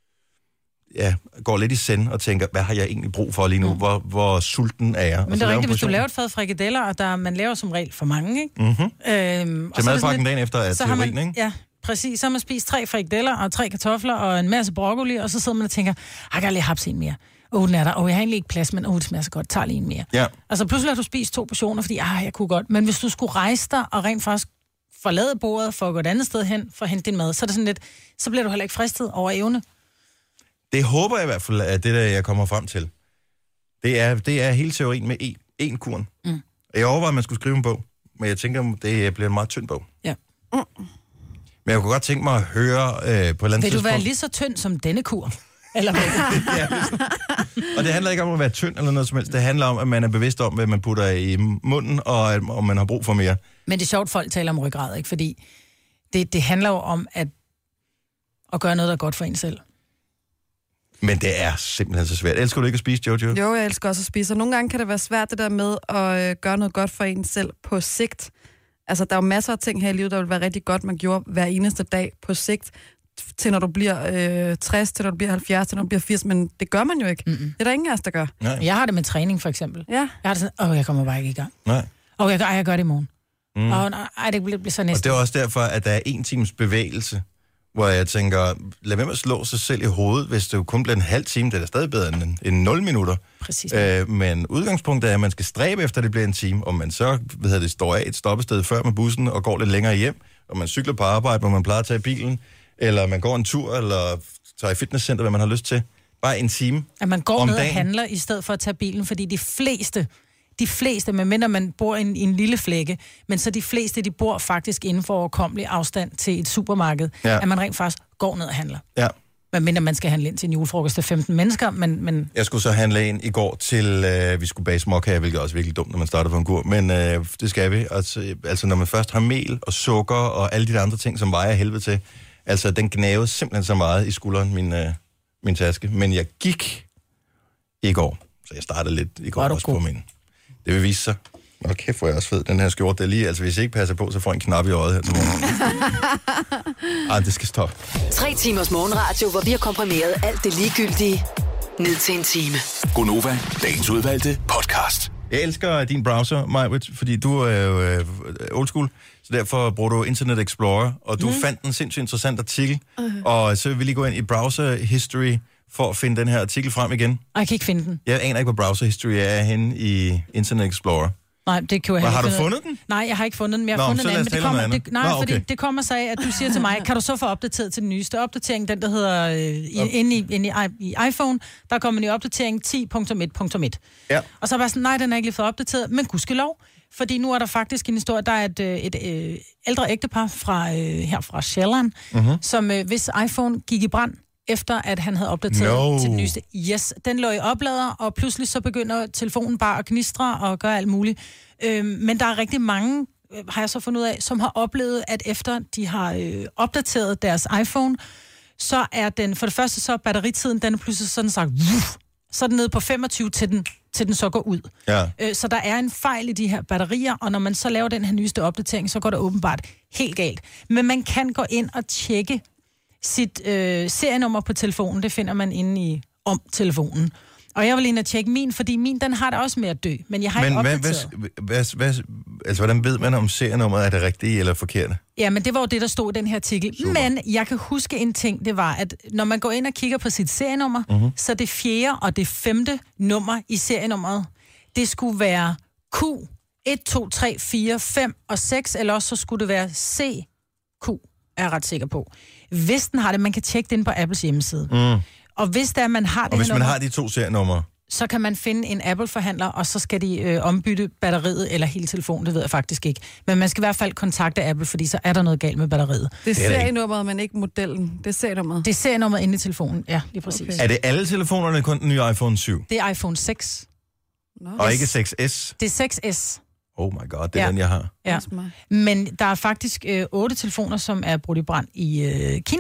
ja, går lidt i send og tænker, hvad har jeg egentlig brug for lige nu? Mm. Hvor, hvor sulten er jeg? Men det er rigtigt, hvis du laver et fad frikadeller, og der, man laver som regel for mange, ikke? Mm-hmm. Øhm, til madpakken dagen efter er så har teorien, man, ikke? Ja, præcis. Så har man spist tre frikadeller og tre kartofler og en masse broccoli, og så sidder man og tænker, jeg kan lige hapse en mere. Åh, oh, den er der. Åh, oh, jeg har egentlig ikke plads, men åh, oh, det smager så godt. Tag lige en mere. Ja. Altså, pludselig har du spist to portioner, fordi, ah, jeg kunne godt. Men hvis du skulle rejse dig og rent faktisk forlade bordet for at gå et andet sted hen for at hente din mad, så er det sådan lidt, så bliver du heller ikke fristet over evne. Det håber jeg i hvert fald, at det der, jeg kommer frem til. Det er, det er hele teorien med en kuren. Mm. Jeg overvejer, at man skulle skrive en bog, men jeg tænker, det bliver en meget tynd bog. Ja. Mm. Men jeg kunne godt tænke mig at høre øh, på et eller andet Vil du tidspunkt... være lige så tynd som denne kur? Eller hvad? Ja, og det handler ikke om at være tynd eller noget som helst. Det handler om, at man er bevidst om, hvad man putter i munden, og at, om man har brug for mere. Men det er sjovt, folk taler om ryggrad, ikke? Fordi det, det handler jo om at, at gøre noget, der er godt for en selv. Men det er simpelthen så svært. Elsker du ikke at spise, Jojo? Jo, jeg elsker også at spise. Og nogle gange kan det være svært, det der med at øh, gøre noget godt for en selv på sigt. Altså, der er jo masser af ting her i livet, der vil være rigtig godt, man gjorde hver eneste dag på sigt. Til når du bliver øh, tres, til når du bliver halvfjerds, til når du bliver firs, men det gør man jo ikke. Mm-mm. Det er der ingen af os, der gør. Nej. Jeg har det med træning, for eksempel. Ja. Jeg har det sådan, åh, jeg kommer bare ikke i gang. Nej. Åh, jeg, ej, jeg gør det i morgen. Mm. Åh, nej, ej, det bliver så Og næsten. det er også derfor, at der er en times bevægelse, hvor jeg tænker, lad være med at slå sig selv i hovedet, hvis det kun bliver en halv time, det er da stadig bedre end, en, end nul minutter. Præcis. Øh, men udgangspunktet er, at man skal stræbe efter, at det bliver en time, og man så hvad det, står af et stoppested før med bussen og går lidt længere hjem, og man cykler på arbejde, hvor man plejer at tage bilen, eller man går en tur, eller tager i fitnesscenter, hvad man har lyst til. Bare en time At man går om ned og dagen. handler, i stedet for at tage bilen, fordi de fleste, de fleste, medmindre man bor i en, i en lille flække, men så de fleste, de bor faktisk inden for overkommelig afstand til et supermarked, Ja. at man rent faktisk går ned og handler. Ja. Medmindre man skal handle ind til en julefrokost til femten mennesker, men... men Jeg skulle så handle ind i går til, øh, vi skulle bage småkager, hvilket er også virkelig dumt, når man starter på en kur, men øh, det skal vi. Altså, altså, når man først har mel og sukker og alle de der andre ting, som vejer helvede til, altså, den gnavede simpelthen så meget i skulderen, min, øh, min taske. Men jeg gik i går, så jeg startede lidt i går Var du også god? på min. Det vil vise sig. Hold kæft, hvor er jeg også fed. Den her skjorte, der lige, altså hvis jeg ikke passer på, så får jeg en knap i øjet her til morgen. Ej, det skal stoppe. Tre timers morgenradio, hvor vi har komprimeret alt det ligegyldige ned til en time. Gonova, dagens udvalgte podcast. Jeg elsker din browser, Majbrit, fordi du er jo øh, old school, så derfor bruger du Internet Explorer, og du mm. fandt en sindssygt interessant artikel, uh-huh. og så vil vi lige gå ind i browser history for at finde den her artikel frem igen. og jeg kan ikke finde den. Jeg aner ikke, hvor browser history er henne i Internet Explorer. Nej, det kan jeg Hvad, heller har du ikke finde ud af. fundet den? Nej, jeg har ikke fundet den, men jeg har Nå, fundet så den lad anden. os Men det tale om kommer, noget det, nej, andet. Nå, fordi okay. det kommer sig af, at du siger til mig, kan du så få opdateret til den nyeste opdatering, den der hedder, øh, i, inde, i, inde i, i iPhone, der kommer en ny opdatering ti punktum et punktum et. Ja. Og så var jeg sådan, nej, den er ikke lige fået opdateret, men gudskelov, fordi nu er der faktisk en historie, der er et, øh, et øh, ældre ægtepar fra, øh, her fra Sjælland, mm-hmm. som øh, hvis iPhone gik i brand, efter at han havde opdateret No. til den nyeste. Yes, den lå i oplader, og pludselig så begynder telefonen bare at gnistre og gøre alt muligt. Øhm, men der er rigtig mange, øh, har jeg så fundet ud af, som har oplevet, at efter de har øh, opdateret deres iPhone, så er den, for det første så er batteritiden, den er pludselig sådan sagt, vuff, så er den nede på femogtyve, til den, til den så går ud. Ja. Øh, så der er en fejl i de her batterier, og når man så laver den her nyeste opdatering, så går det åbenbart helt galt. Men man kan gå ind og tjekke sit øh, serienummer på telefonen. Det finder man inde i om telefonen. Og jeg vil ind og tjekke min, fordi min, den har det også med at dø. Men jeg har Men ikke hvad, opdateret. hvad, hvad, hvad, altså, hvordan ved man, om serienummeret er det rigtige eller forkerte? Ja, men det var jo det, der stod i den her artikel. Super. Men jeg kan huske en ting, det var, at når man går ind og kigger på sit serienummer, mm-hmm. så det fjerde og det femte nummer i serienummeret, det skulle være Q et, to, tre, fire, fem og seks, eller også så skulle det være C Q, er jeg ret sikker på. Hvis den har det, man kan tjekke den på Apples hjemmeside. Mm. Og hvis der man har det og hvis man nummer, har de to serienumre, så kan man finde en Apple-forhandler, og så skal de øh, ombytte batteriet eller hele telefonen, det ved jeg faktisk ikke. Men man skal i hvert fald kontakte Apple, fordi så er der noget galt med batteriet. Det er serienummeret, men ikke modellen. Det er serienummeret. Det er serienummeret inde i telefonen, ja, lige præcis. Okay. er det alle telefonerne, eller kun den nye iPhone syv? Det er iPhone seks. Nå. Og ikke seks S? Det er seks S. Oh my god, det er Ja. den, jeg har. Ja. Men der er faktisk øh, otte telefoner, som er brudt i brand i øh, Kina.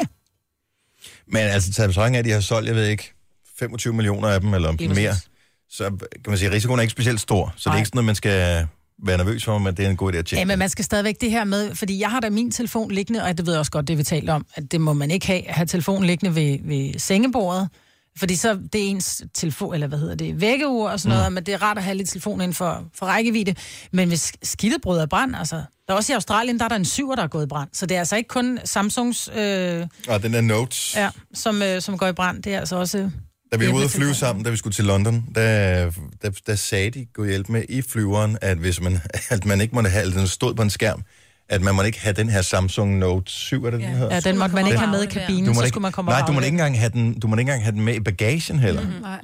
Men altså, taget betragtning af, at de har solgt, jeg ved ikke, femogtyve millioner af dem, eller Lige mere, præcis. så kan man sige, at risikoen er ikke specielt stor. Så Nej. det er ikke sådan noget, man skal være nervøs for, men det er en god idé at tjekke. Ja, men man skal stadigvæk det her med, fordi jeg har da min telefon liggende, og det ved jeg også godt, det vi talte om, at det må man ikke have, have telefonen liggende ved, ved sengebordet, fordi så det er ens telefon, eller hvad hedder det, vækkeur og sådan noget, mm. men det er rart at have lidt telefon inden for, for rækkevidde. Men hvis skidtet bryder af brand, altså, der er også i Australien, der er der en syver, der er gået i brand, så det er altså ikke kun Samsungs, øh, Og den der Notes, ja, som, øh, som går i brand, det er altså også... da vi var ude at til flyve brand. sammen, da vi skulle til London, der, der, der sagde de, gå hjælp med i flyveren, at hvis man, at man ikke måtte have, eller den stod på en skærm, at man måtte ikke have den her Samsung Note syv, er det den hedder? Ja, den måtte man ikke have med i kabinen, Du så måtte skulle man komme nej, op du og måtte ikke aflevere. engang have den, du måtte ikke engang have den med i bagagen heller. Mhm. Nej.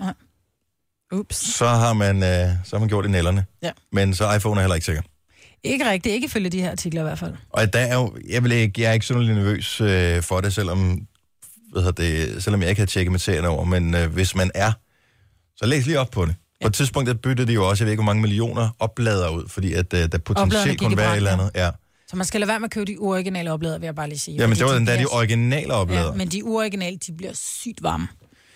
Ups. Så har man, øh, så har man gjort det i nælderne. Ja. Men så iPhone er heller ikke sikker. Ikke rigtigt, ikke ifølge de her artikler i hvert fald. Og der er jo, jeg, vil ikke, jeg er ikke sådan nervøs øh, for det, selvom, hvad hedder det, selvom jeg ikke har tjekket med serien over, men øh, hvis man er, så læs lige op på det. Ja. På et tidspunkt, der byttede de jo også, jeg ved ikke, hvor mange millioner opladere ud, fordi at, øh, der potentielt kunne være et eller andet. Ja. Så man skal lade være med at købe de uoriginale opladere, vil jeg bare lige sige. Jamen, det var de den der, de bliver- originale opladere. Ja, men de uoriginale, de bliver sygt varme.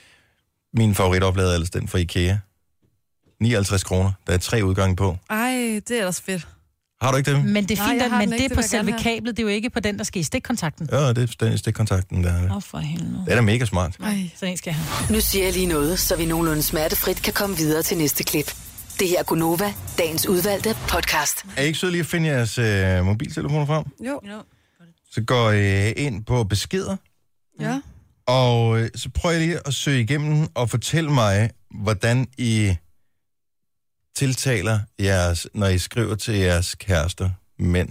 Min favoritoplader er ellers den fra IKEA. nioghalvtreds kroner. Der er tre udgange på. Ej, det er ellers fedt. Har du ikke dem? Men det er Nej, fint, jeg at, har men den det ikke, er det på vil jeg selve gerne have. kablet, det er jo ikke på den, der skal i stikkontakten. Ja, det er den i stikkontakten, der er det. Åh, oh, for helvede. Det er da mega smart. Ej. Så en skal jeg have. Nu siger jeg lige noget, så vi nogenlunde smertefrit kan komme videre til næste klip. Det her er Gunova, dagens udvalgte podcast. Er I ikke søde lige at finde jeres øh, mobiltelefoner frem? Jo. Så går I ind på beskeder, Ja. og øh, så prøver jeg lige at søge igennem og fortælle mig, hvordan I tiltaler jeres, når I skriver til jeres kærester, mænd,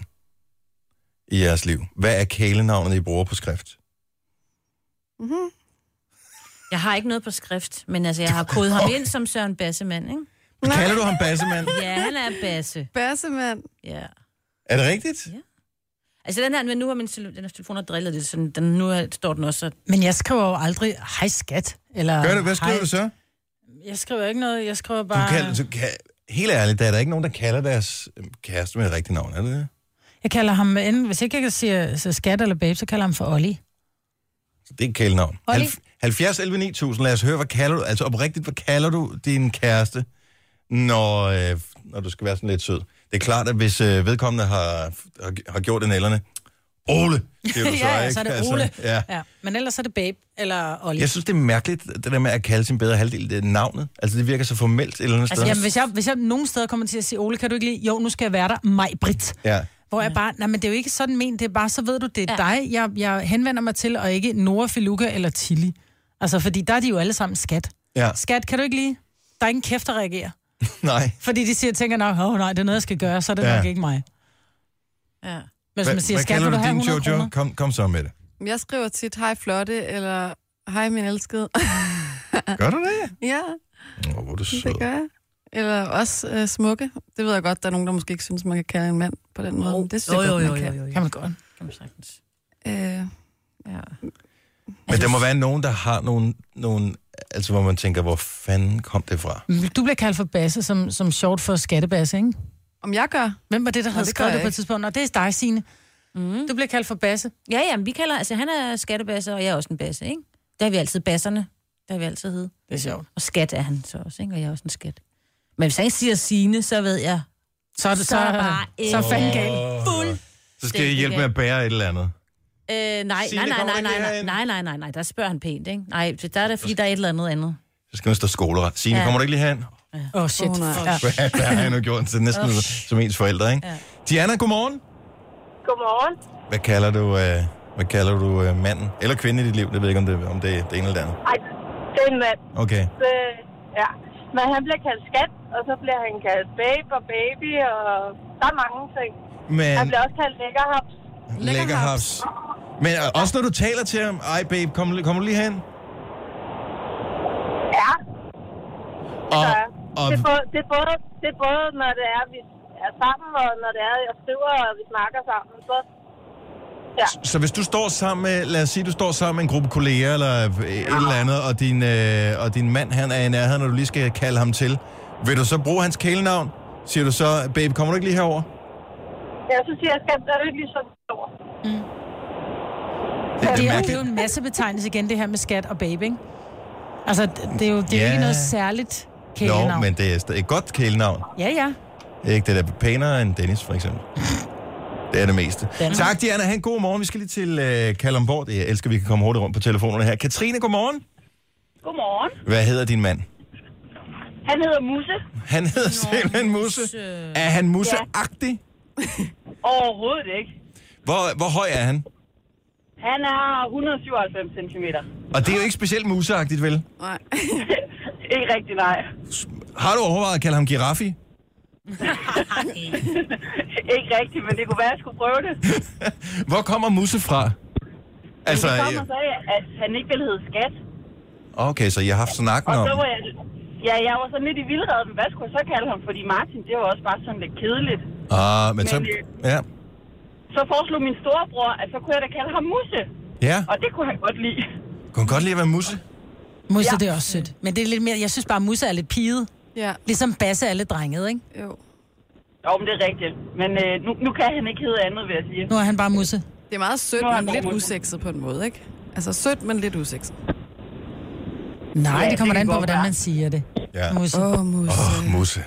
i jeres liv. Hvad er kælenavnet, I bruger på skrift? Mm-hmm. Jeg har ikke noget på skrift, men altså, jeg har kodet ham ind som Søren Bassemand, ikke? Kalder du ham Bassemand? Ja, han er Basse. Bassemand. Ja. Er det rigtigt? Ja. Altså, den her, men nu har min tele- den her telefon har drillet lidt, så den, nu er, står den også så... Men jeg skriver jo aldrig, hej skat. Eller, Gør det, hvad skriver hej. du så? Jeg skriver ikke noget, jeg skriver Du bare... kalder, så, kan, helt ærligt, der er der ikke nogen, der kalder deres øh, kæreste med et rigtigt navn, er det det? Jeg kalder ham, enten, hvis ikke jeg kan sige så skat eller babe, så kalder jeg ham for Olli. Så det er et kælenavn. Olli. Halv- halvfjerds elleve ni tusind, lad os høre, hvad kalder du, altså oprigtigt, hvad kalder du din kæreste, når, øh, når du skal være sådan lidt sød? Det er klart, at hvis øh, vedkommende har, har, har gjort det nælderne, Ole, siger du så, Ja, ja, ikke? så er det Ole. ja. Ja, men ellers er det babe eller Olli. Jeg synes, det er mærkeligt, det der med at kalde sin bedre halvdel, det er navnet. Altså, det virker så formelt et eller andet Altså, sted. jamen, hvis, jeg, hvis jeg nogen steder kommer til at sige, Ole, kan du ikke lide? Jo, nu skal jeg være der. Mig, Britt. Ja. Hvor jeg bare, nej, men det er jo ikke sådan ment, det er bare, så ved du, det er Ja. ja. dig, jeg, jeg henvender mig til, og ikke Nora, Filuka eller Tilly. Altså, fordi der er de jo alle sammen skat. Ja. Skat, kan du ikke lide? Der er ingen kæft, der reagerer. Nej. Fordi de siger, tænker nok, åh oh, nej, det er noget, jeg skal gøre, så er det Ja. ja. nok ikke mig. Ja. Men hvis Hva, man siger, hvad skat, kalder vil du du have din, hundrede Jojo? kroner? Kom, kom så med det. Jeg skriver tit, hej flotte, eller hej min elskede. Gør du det? Ja, Åh, hvor er du sød. det gør jeg. Eller også øh, smukke. Det ved jeg godt, der er nogen, der måske ikke synes, man kan kalde en mand på den måde. Men det synes Jo, jeg jo, godt, jo, man jo, kan. jo, jo. Kan man godt. Kan man sagtens. Øh, Ja. Men der må være nogen, der har nogle, nogle, altså hvor man tænker, hvor fanden kom det fra? Du bliver kaldt for Basse, som, som short for skattebasse, ikke? om jeg gør? Hvem var det, der Nå, havde det gør skrevet jeg det på et ikke. tidspunkt? Nå, det er dig, Signe. Mm. Du bliver kaldt for Basse. Ja, ja, men vi kalder, altså han er skattebasse, og jeg er også en basse, ikke? Der er vi altid basserne. Det har vi altid heddet. Det er sjovt. Og skat er han så også, ikke? Og jeg er også en skat. Men hvis han ikke siger Signe, så ved jeg... Så er det så, Så er det bare så, så fanden galt. Fuld. Så skal jeg hjælpe med at bære et eller andet. Øh, nej, nej, Signe, nej, kommer nej, du nej, ikke nej, herind? nej, nej, nej, nej, der spørger han pænt, ikke? Nej, der er det, fordi der er et eller andet andet. Så skal man stå skoleret. Signe, Ja. kommer du ikke lige herind? Åh, oh, shit. Åh, nej. Ja. Hvad hvad har jeg nu gjort? Så næsten som ens forældre, ikke? Ja. Diana, godmorgen. Godmorgen. Hvad kalder du, øh, hvad kalder du øh, manden? Eller kvinden i dit liv? Det ved jeg ikke, om det, om det er det ene eller det andet. Ej, det er en mand. Okay. Så, ja. Men han bliver kaldt skat, og så bliver han kaldt babe og baby, og der er mange ting. Men Han bliver også kaldt lækkerhaps. lækkerhaps. Men øh, også når du taler til ham, ej babe, kom, kom du lige hen? Ja, Og, så er. og, Det, er både, det, er både, det er både, når det er, vi er sammen, og når det er, jeg skriver, og vi snakker sammen. Så, ja. så hvis du står sammen med, lad os sige, du står sammen med en gruppe kolleger, eller et eller andet, og din, øh, og din mand, han er i nærheden, når du lige skal kalde ham til, vil du så bruge hans kælenavn? Siger du så, babe, kommer du ikke lige herover? Ja, så siger jeg, skat, der er jo ikke lige sådan over. Det, Det er er, det er mærkeligt. jo en masse betegnelse igen, det her med skat og babe, ikke? Altså, det er jo, det er jo Ja. ikke noget særligt kælenavn. Jo, men det er stadig et godt kælenavn. Ja, ja. Ikke det der pænere end Dennis, for eksempel. Det er det meste. Danmark. Tak, Diana. Ha' en god morgen. Vi skal lige til øh, Kalundborg. Jeg elsker, at vi kan komme hurtigt rundt på telefonerne her. Katrine, godmorgen. Godmorgen. Hvad hedder din mand? Han hedder Musse. Han hedder simpelthen Musse. Er han musseagtig? Overhovedet ikke. Hvor, hvor høj er han? Han er et hundrede og syvoghalvfems centimeter. Og det er jo ikke specielt museagtigt, vel? Nej. Ikke rigtig, nej. Har du overvejet at kalde ham Giraffi? Ikke rigtigt, men det kunne være, at jeg skulle prøve det. Hvor kommer Musse fra? Altså, Det kommer så af, at han ikke ville hedde skat. okay, så jeg har haft snakken Og om... så var jeg... Ja, jeg var sådan lidt i vildrede, men hvad skulle jeg så kalde ham? Fordi Martin, det var også bare sådan lidt kedeligt. Ah, men så... Men, øh, Ja. Så foreslog min storebror, at så kunne jeg da kalde ham Musse. Ja, Og det kunne han godt lide. kunne han godt lide at være Musse? Musse, Ja. det er også sødt. Men det er lidt mere, jeg synes bare, Musse er lidt piget. Ja, Ligesom Basse er lidt drenget, ikke? jo. Jo, men det er rigtigt. Men øh, nu, nu kan han ikke hedde andet, vil jeg sige. Nu er han bare Musse. Det er meget sødt, Nu er han men lidt bare usekset på en måde, ikke? Altså sødt, men lidt usekset. Nej, Ja, det kommer det an kan på, godt hvordan være. man siger det. Ja. Musse. Åh, oh, Musse. Åh, oh, Musse.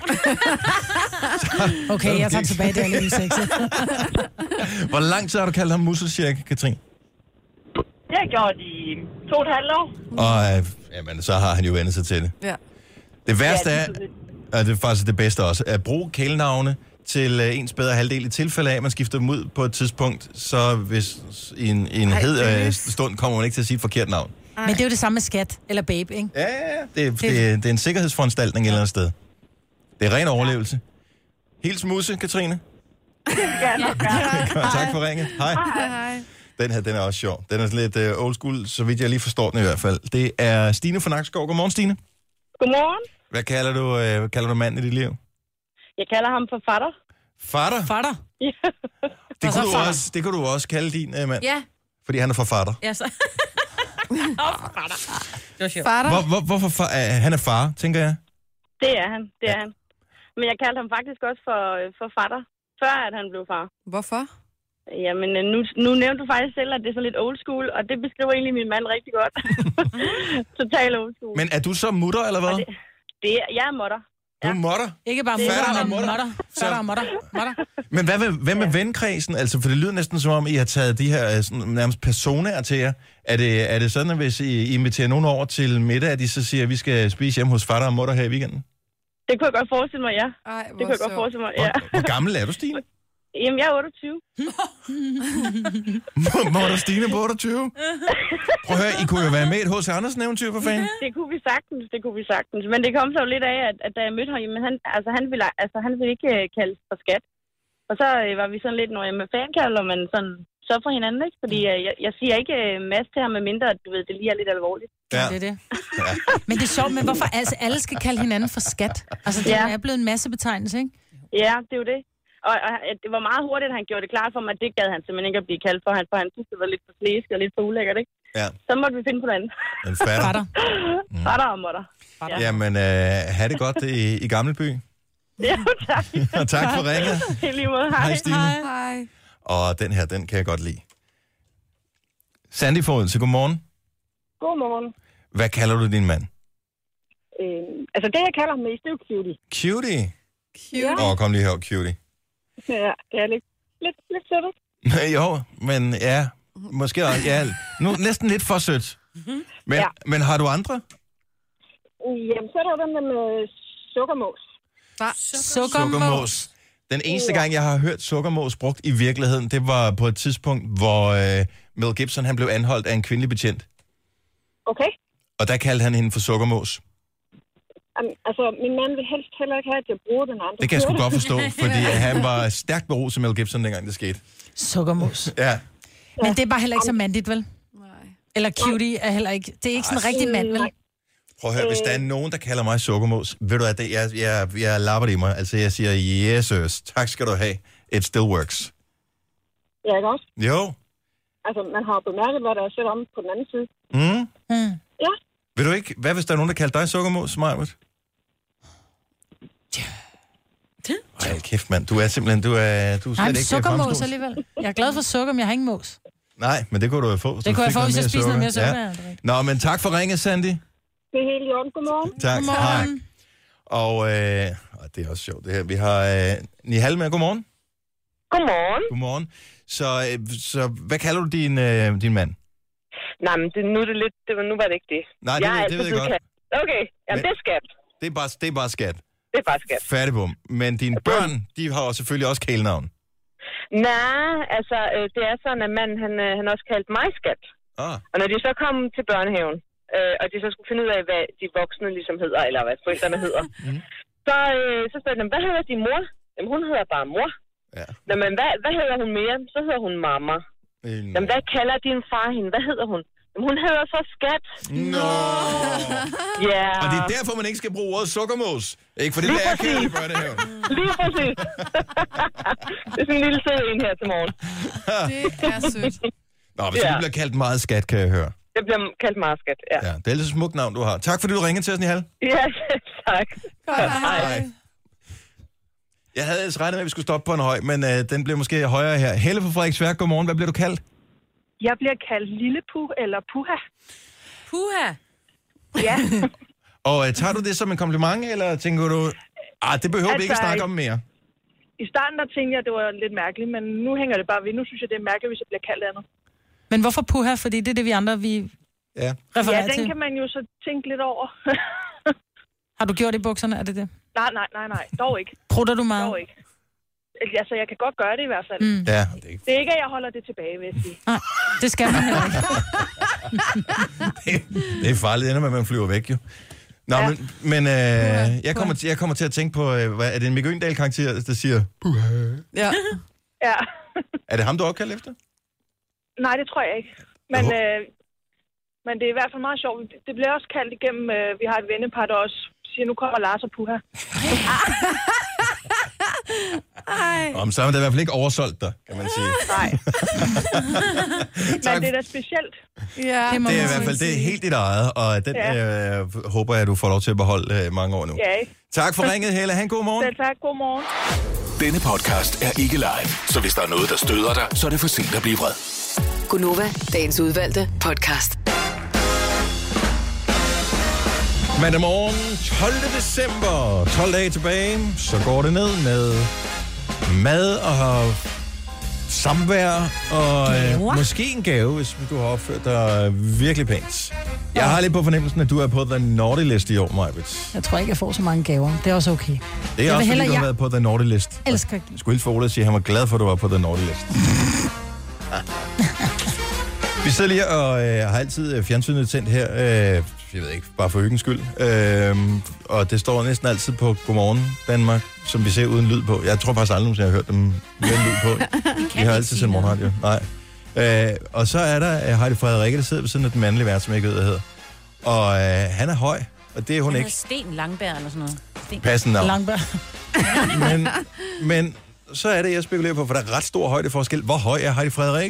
Okay, jeg tager tilbage, det er lidt usekset. Hvor lang tid har du kaldt ham Musse, cirka, Katrin? Det har jeg gjort i to og et halvt år. Og øh, jamen, så har han jo vendt sig til det. Ja. Det værste Ja, er, det er og det er faktisk det bedste også, at bruge kælenavne til øh, ens bedre halvdel i tilfælde af, at man skifter dem ud på et tidspunkt, så hvis i en, i en Ej, hed øh, Dennis. stund kommer man ikke til at sige et forkert navn. Men det er jo det samme med skat, eller babe, ikke? Ja, ja, ja. Det, det, det, det er en sikkerhedsforanstaltning et eller andet sted. Det er ren overlevelse. Hils Musse, Katrine. Ja, nok gør. Tak for ringet. Hej. Hej, hej. Den her, den er også sjov. Den er sådan lidt uh, old school, så vidt jeg lige forstår den i hvert fald. Det er Stine fra Nakskov. Godmorgen, Stine. Godmorgen. Hvad kalder du, uh, hvad kalder du manden i dit liv? Jeg kalder ham forfatter. Fatter? Fatter. Det Og så kunne, du fatter. også, det kunne du også kalde din uh, mand, Ja, fordi han er forfatter. ja så. Åh, fatter. Det var sjovt. Fatter? Hvor, hvor, hvorfor far, uh, han er far, tænker jeg? Det er han, det er han. Men jeg kaldte ham faktisk også for øh, forfatter, før at han blev far. Hvorfor? Jamen, øh, nu, nu nævnte du faktisk selv, at det er så lidt old school, og det beskriver egentlig min mand rigtig godt. Total old school. Men er du så mutter, eller hvad? Og det, det er, jeg er mutter. Du er mutter. Ikke bare Fatter mutter, og men mutter. mutter. Fatter og mutter. Mutter. Men hvad med, hvad med venkredsen? Altså, for det lyder næsten som om, I har taget de her øh, sådan, nærmest personer til jer. Er det, er det sådan, at hvis I inviterer nogen over til middag, at de så siger, at vi skal spise hjemme hos fatter og mutter her i weekenden? Det kunne jeg godt forestille mig, ja. Ej, hvor Det kunne jeg godt sjovt. forestille mig, Hvor, ja. hvor gammel er du, Stine? Jamen, jeg er otteogtyve. Mutter Stine på otteogtyve? Prøv at høre, I kunne jo være med i et H C Andersen eventyr, for fanden. Det kunne vi sagtens, det kunne vi sagtens. Men det kom så jo lidt af, at, at da jeg mødte ham, jamen, han, altså, han, ville, altså, han ville ikke uh, kaldes for skat. Og så øh, var vi sådan lidt, når jeg med fan kalder man sådan så for hinanden, ikke? Fordi øh, jeg, jeg siger ikke øh, masse til ham, med mindre, at du ved, det lige er lidt alvorligt. Ja. Det er det. Ja. Men det er sjovt, men hvorfor altså, alle skal kalde hinanden for skat? Altså, det Ja. er blevet en masse betegnelse, ikke? Ja, det er jo det. Og, og det var meget hurtigt, at han gjorde det klart for mig, at det gad han simpelthen ikke at blive kaldt for. Han, for han synes, det var lidt for slæsk og lidt for ulækkert, ikke? Ja, Så måtte vi finde på noget andet. en fatter. Fatter. Fatter og mutter. Ja. Jamen, øh, have det godt i, i Gammelby. Ja, tak. Og tak for ringet. I lige måde. Hej. Hej, Stine. Hej. Og den her, den kan jeg godt lide. Sandy Foden, så godmorgen. Godmorgen. Hvad kalder du din mand? Øh, altså, det, jeg kalder ham mest, det er jo cutie. Cutie? Cutie? Åh, oh, kom lige her, cutie. Ja, det er lidt, lidt, lidt sødt, ikke? Jo, men ja, måske også, ja, nu næsten lidt for sødt. Men, ja. men har du andre? Jamen, så er der jo den der med sukkermås. Hva? Sukkermås? Sukkermås. Den eneste gang, jeg har hørt sukkermås brugt i virkeligheden, det var på et tidspunkt, hvor øh, Mel Gibson han blev anholdt af en kvindelig betjent. Okay. Og der kaldte han hende for sukkermås. Um, altså, min mand vil helst heller ikke have, at jeg bruger den andre. Det kan jeg sgu godt forstå, fordi han var stærkt beruset Mel Gibson, dengang det skete. Sukkermås. Ja. Men det er bare heller ikke så mandigt, vel? Nej. Eller cutie er heller ikke... Det er ikke sådan en rigtig mand, vel? Prøv at høre, hvis der er nogen, der kalder mig sukkermås, ved du at det, jeg, jeg, jeg lapper det i mig. Altså, jeg siger, yes, tak skal du have. It still works. Ja, ikke også? Jo. Altså, man har jo bemærket, hvad der er set om på den anden side. Mm. Mm. Ja. Ved du ikke, hvad hvis der er nogen, der kalder dig sukkermås, Majbert? Ej, kæft mand, du er simpelthen, du er, du er slet Nej, ikke sukkermås fremstående. alligevel. Jeg er glad for sukker, men jeg har ingen mås. Nej, men det kunne du jo få. Det kunne jeg få, hvis jeg spiser noget mere sukker. Ja. Nå, men tak for ringet, Sandy. Det er helt i orden. Godmorgen. Tak. Godmorgen. Hej. Og øh, det er også sjovt, det her. Vi har øh, Nihal med. Godmorgen. Godmorgen. Godmorgen. Så, øh, så hvad kalder du din, øh, din mand? Nej, men det, nu er det lidt... Det, nu var det ikke det. Nej, det, jeg ved, det ved jeg godt. Kat. Okay, jamen men, det er skat. Det er bare, det er bare skat. Det er bare skat. Færdigbom. Men dine børn, de har jo selvfølgelig også kælenavn. Nej, altså, øh, det er sådan, at manden, han, øh, han også kaldt mig skat. Ah. Og når de så kom til børnehaven, øh, og de så skulle finde ud af, hvad de voksne ligesom hedder, eller hvad forældrene hedder, mm. så, øh, så spurgte de, hvad hedder din mor? Jamen, hun hedder bare mor. Ja. Nå, men hvad, hvad hedder hun mere? Så hedder hun mamma. Mm. Jamen, hvad kalder din far hende? Hvad hedder hun? Jamen, hun hedder så skat. Nå! Ja. Og det er derfor, man ikke skal bruge ordet sukkermås. Ikke? For det er kære i børnehaven. Lige præcis. Det er sådan en lille sød en her til morgen. Det er sødt. Nå, hvis ja. du bliver kaldt meget skat, kan jeg høre. Jeg bliver kaldt meget skat, ja. Ja, det er ellers et smukt navn, du har. Tak fordi du ringede til os, Nihal. Ja, tak. Godt, hej. Hej. Jeg havde ellers regnet med, at vi skulle stoppe på en høj, men øh, den blev måske højere her. Helle fra Frederiksværk, godmorgen. Hvad bliver du kaldt? Jeg bliver kaldt Lille Puh eller Puha. Puha. Ja. Og øh, tager du det som en kompliment, eller tænker du, ah, det behøver altså, vi ikke at snakke om mere? I starten der tænkte jeg, at det var lidt mærkeligt, men nu hænger det bare ved. Nu synes jeg, det er mærkeligt, hvis jeg bliver kaldt andet. Men hvorfor puha? Fordi det er det, vi andre, vi ja. refererer til. Ja, den til. kan man jo så tænke lidt over. Har du gjort det i bukserne, er det det? Nej, nej, nej, nej. Dog ikke. Prutter du meget? Dog ikke. Altså, jeg kan godt gøre det i hvert fald. Mm. Ja, det, er ikke... det er ikke, at jeg holder det tilbage, vil jeg sige. Nej, det skal man heller ikke. det, det er farligt, ender med, at man flyver væk, jo. Nå, ja. men, men øh, jeg, kommer til, jeg kommer til at tænke på, øh, hvad, er det en Mikke Øgendahl-karakter, der siger, puha? Ja. Ja. Er det ham, du er opkaldt efter? Nej, det tror jeg ikke. Men, øh, men det er i hvert fald meget sjovt. Det bliver også kaldt igennem, øh, vi har et vennepar, der også siger, nu kommer Lars og Puha. Om så er det i hvert fald ikke oversolgt dig, kan man sige. Nej. Men det er da specielt. Ja, det, det er i hvert fald det er helt dit eget, og den ja. øh, håber jeg, at du får lov til at beholde øh, mange år nu. Ja. Tak for ringet, Helle. Ha' en god morgen. Selv tak. God morgen. Denne podcast er ikke live, så hvis der er noget, der støder dig, så er det for sent at blive vred. Gunova, dagens udvalgte podcast. Mandag morgen, tolvte december, tolv dage tilbage, så går det ned med mad og samvær og øh, måske en gave, hvis du har opført dig virkelig pænt. Jeg har lidt på fornemmelsen, at du er på The Naughty List i år, Majbet. Jeg tror ikke, jeg får så mange gaver. Det er også okay. Det er jeg også, fordi du har været på The Naughty List. Jeg elsker Jeg skulle hilse for Ole og sige, at han var glad for, at du var på The Naughty List. Vi sidder lige og øh, har altid fjernsynet tændt her, øh, jeg ved ikke, bare for hyggens skyld. Øh, og det står næsten altid på Godmorgen Danmark, som vi ser uden lyd på. Jeg tror faktisk aldrig, nogensinde, jeg har hørt dem med lyd på. Vi har altid sendt morgenradio. Nej. Øh, og så er der Heidi Frederikke, der sidder ved siden af den mandlige vært, som jeg ikke ved, hvad hedder. Og øh, han er høj, og det er hun han ikke. Sten Langberg eller sådan noget. Sten. Passende navn. Langberg. men, men så er det, jeg spekulerer på, for der er ret stor højdeforskel. Hvor høj er Heidi Frederikke?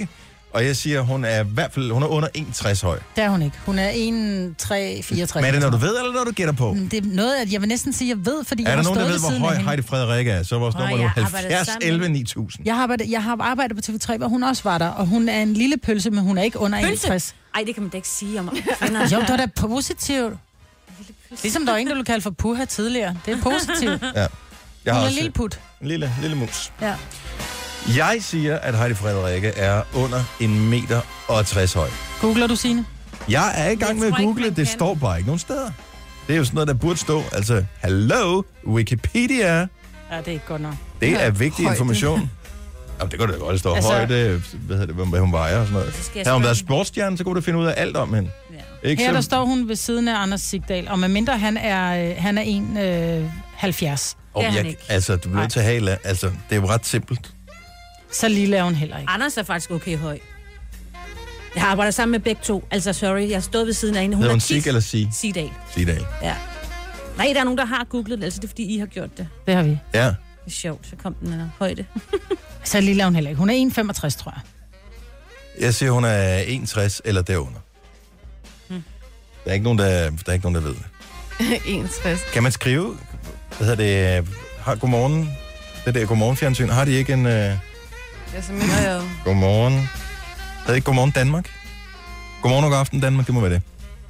Og jeg siger, hun er i hvert fald hun er under en komma tres høj. Det er hun ikke. Hun er en komma tre fireogtres. Men er det noget, du ved, eller noget, du gætter på? Det er noget, at jeg vil næsten sige, at jeg ved, fordi er jeg har der stået nogen, der ved, hvor høj Heidi Frederikke er? Så er vores nummer nu halvfjerds elleve ni tusind. Jeg har, arbejdet, jeg har arbejdet på T V tre, hvor hun også var der, og hun er en lille pølse, men hun er ikke under en komma tres. Ej, det kan man da ikke sige om. Jo, det er da positivt. Ligesom der var en, der ville kalde for puha tidligere. Det er positivt. Ja. Jeg har hun er også en lille put. En lille, lille mus. Ja. Jeg siger, at Heidi Frederikke er under en meter og tres høj. Googler du, Signe? Jeg er i gang med at google, det kan. Står bare ikke nogen steder. Det er jo sådan noget, der burde stå. Altså, hello, Wikipedia. Ja, det er ikke godt nok. Det er vigtig højde. Information. Jamen, det kunne da godt stå altså, højde, hvad hedder det, hvad hun vejer og sådan noget. Har hun været sportsstjerne, så kunne du finde ud af alt om hende. Ja. Ikke her, der står hun ved siden af Anders Sigdal, og medmindre han er, han er en komma halvfjerds. Og jeg, altså, du bliver nødt til at have, altså, det er jo ret simpelt. Så lille er hun heller ikke. Anders er faktisk okay høj. Jeg har arbejdet sammen med begge to. Altså, sorry, jeg har stået ved siden af hende. Hun er hun Sig eller Sig? Sigdal. Sigdal. Ja. Nej, der er nogen, der har googlet det, altså det er, fordi I har gjort det. Det har vi. Ja. Det er sjovt, så kom den her højde. Så lille er hun heller ikke. Hun er en komma femogtres, tror jeg. Jeg siger, hun er en komma tres eller derunder. Hmm. Der er ikke nogen, der, der, er ikke nogen, der ved det. en komma tres. Kan man skrive, hvad hedder det, har godmorgen, det der godmorgenfjernsyn, har de ikke en... Uh... Ja, som ja, ja. Godmorgen. Det er ikke Godmorgen Danmark? Godmorgen og god aften Danmark, det må være det.